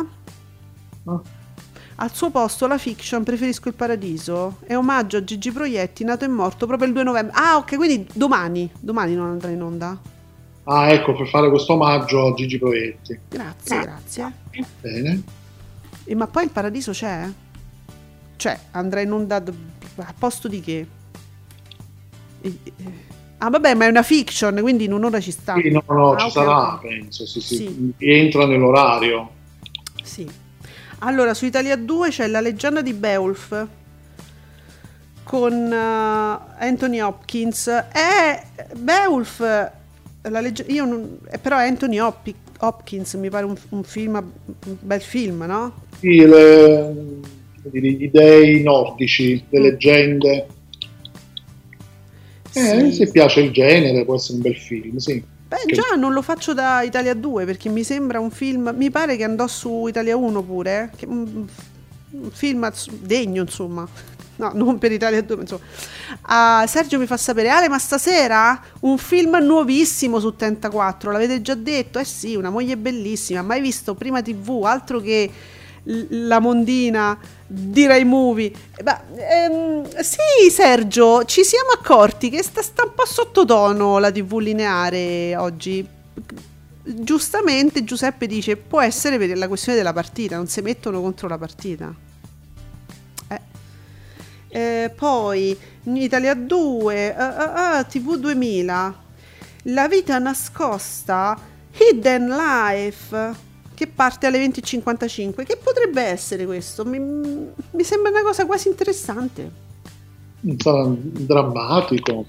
Al suo posto la fiction Preferisco il paradiso è omaggio a Gigi Proietti, nato e morto proprio il 2 novembre. Ok, quindi domani non andrà in onda. Ecco, per fare questo omaggio a Gigi Proietti. Grazie. Bene. Ma poi il paradiso c'è? Cioè, andrà in onda a posto di che? Ah vabbè, ma è una fiction, quindi in un'ora ci sta. Sì, no, ci okay, sarà, okay. penso, sì. Entra nell'orario. Sì. Allora, su Italia 2 c'è La leggenda di Beowulf con Anthony Hopkins. Beowulf, però Anthony Hopkins mi pare un film, un bel film, no? Sì, gli dei nordici, le leggende. Sì. Se piace il genere può essere un bel film, sì. Beh, già non lo faccio da Italia 2 perché mi sembra un film, mi pare che andò su Italia 1 pure, che un film degno, insomma. No, non per Italia 2, insomma. Sergio mi fa sapere, Ale, ma stasera un film nuovissimo su Tentaquattro, l'avete già detto? Eh sì, Una moglie bellissima, mai visto prima TV, altro che la mondina di Rai Movie. Sì, Sergio, ci siamo accorti che sta un po' sottotono la TV lineare oggi. Giustamente Giuseppe dice può essere per la questione della partita, non si mettono contro la partita. Poi in Italia 2 TV 2000 La vita nascosta, Hidden Life, che parte alle 20:55. Che potrebbe essere questo? Mi sembra una cosa quasi interessante. Sarà drammatico.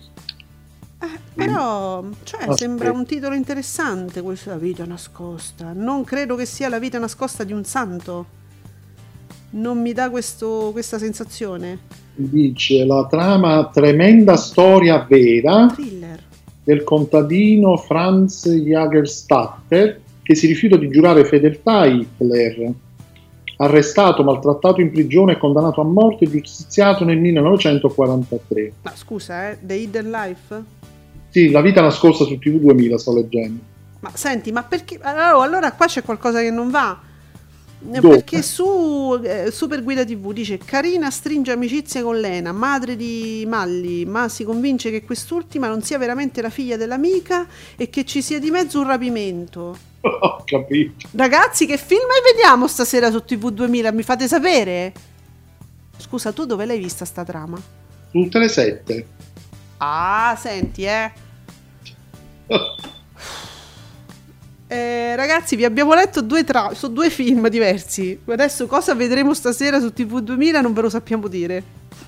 Però sembra un titolo interessante questo, La vita nascosta. Non credo che sia la vita nascosta di un santo. Non mi dà questa sensazione. Dice la trama tremenda storia vera Thriller del contadino Franz Jagerstatter che si rifiuta di giurare fedeltà a Hitler, arrestato, maltrattato in prigione e condannato a morte e giustiziato nel 1943. Ma scusa, The Hidden Life? Sì, La vita nascosta su TV 2000 sto leggendo. Ma senti, ma perché? Allora qua c'è qualcosa che non va. Dove? Perché su Super Guida TV dice Carina stringe amicizia con Lena, madre di Malli, ma si convince che quest'ultima non sia veramente la figlia dell'amica e che ci sia di mezzo un rapimento. Ho capito. Ragazzi, che film vediamo stasera su TV 2000? Mi fate sapere? Scusa, tu dove l'hai vista sta trama? Su Tele7. Ah, senti, ragazzi, vi abbiamo letto su due film diversi. Adesso cosa vedremo stasera su TV 2000 non ve lo sappiamo dire.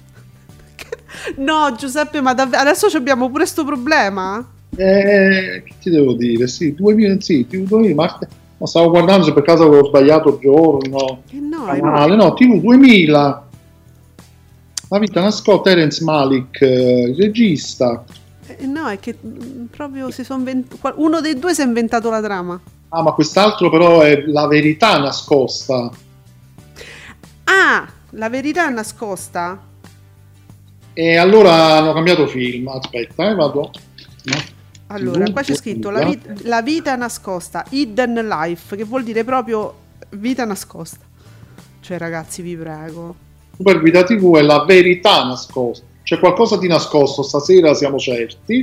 No, Giuseppe, ma adesso abbiamo pure sto problema? Che ti devo dire? Sì, 2000, sì, TV 2000, ma stavo guardando se per caso avevo sbagliato giorno. Canale, no, TV 2000. La vita nascosta, Terence Malick, il regista. No, è che proprio uno dei due si è inventato la trama. Ah, ma quest'altro però è La verità nascosta. Ah, La verità nascosta. E allora hanno cambiato film. Aspetta, vado. No. Allora, qua c'è scritto la vita nascosta, Hidden Life, che vuol dire proprio vita nascosta. Cioè, ragazzi, vi prego. Super Guida TV è La verità nascosta. C'è qualcosa di nascosto stasera, siamo certi.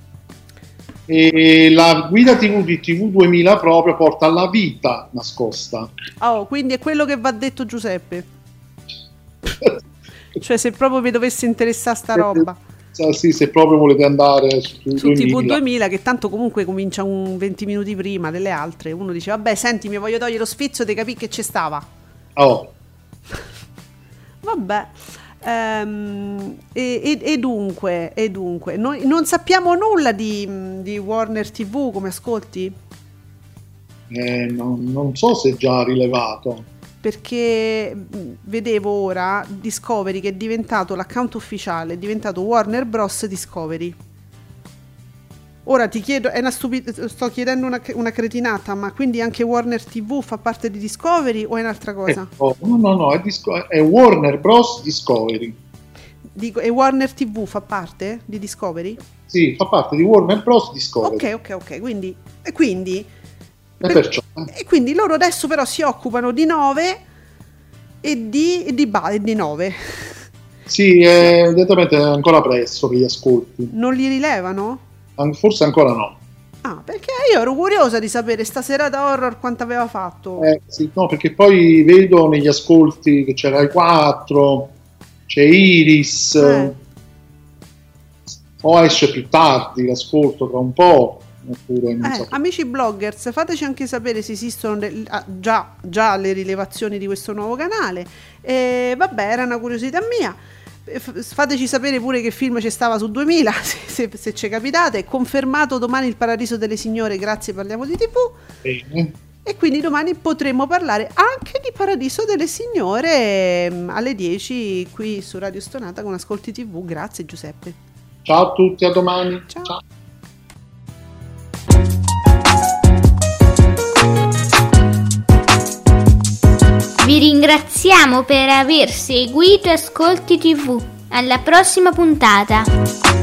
E la guida TV di TV 2000 proprio porta alla vita nascosta. Oh, quindi è quello che va detto Giuseppe. Cioè, se proprio vi dovesse interessare sta roba. Sì, se proprio volete andare su TV 2000, che tanto comunque comincia 20 minuti prima delle altre. Uno dice, vabbè, senti, mi voglio togliere lo sfizio di capire che c'è stava. Oh. Vabbè. E dunque noi non sappiamo nulla di Warner TV come ascolti? Non so se già rilevato, perché vedevo ora Discovery che è diventato l'account ufficiale, è diventato Warner Bros. Discovery. Ora ti chiedo, è una sto chiedendo una cretinata, ma quindi anche Warner TV fa parte di Discovery o è un'altra cosa? No, è Warner Bros. Discovery. Dico, e Warner TV fa parte di Discovery? Sì, fa parte di Warner Bros. Discovery. Ok, quindi loro adesso però si occupano di 9 e di 9. Sì, evidentemente è ancora presto per gli ascolti. Non li rilevano? Forse ancora no. Ah, perché io ero curiosa di sapere sta serata horror quanto aveva fatto. Sì, no, perché poi vedo negli ascolti che c'era i 4, c'è Iris, o esce più tardi l'ascolto, tra un po'. Oppure non so. Amici bloggers, fateci anche sapere se esistono già le rilevazioni di questo nuovo canale. Vabbè, era una curiosità mia. Fateci sapere pure che film ci stava su 2000 se ci capitate. Confermato domani Il Paradiso delle Signore, grazie, parliamo di TV. Bene. E quindi domani potremo parlare anche di Paradiso delle Signore alle 10 qui su Radio Stonata con Ascolti TV. Grazie Giuseppe. Ciao a tutti, a domani. Ciao. Vi ringraziamo per aver seguito Ascolti TV. Alla prossima puntata.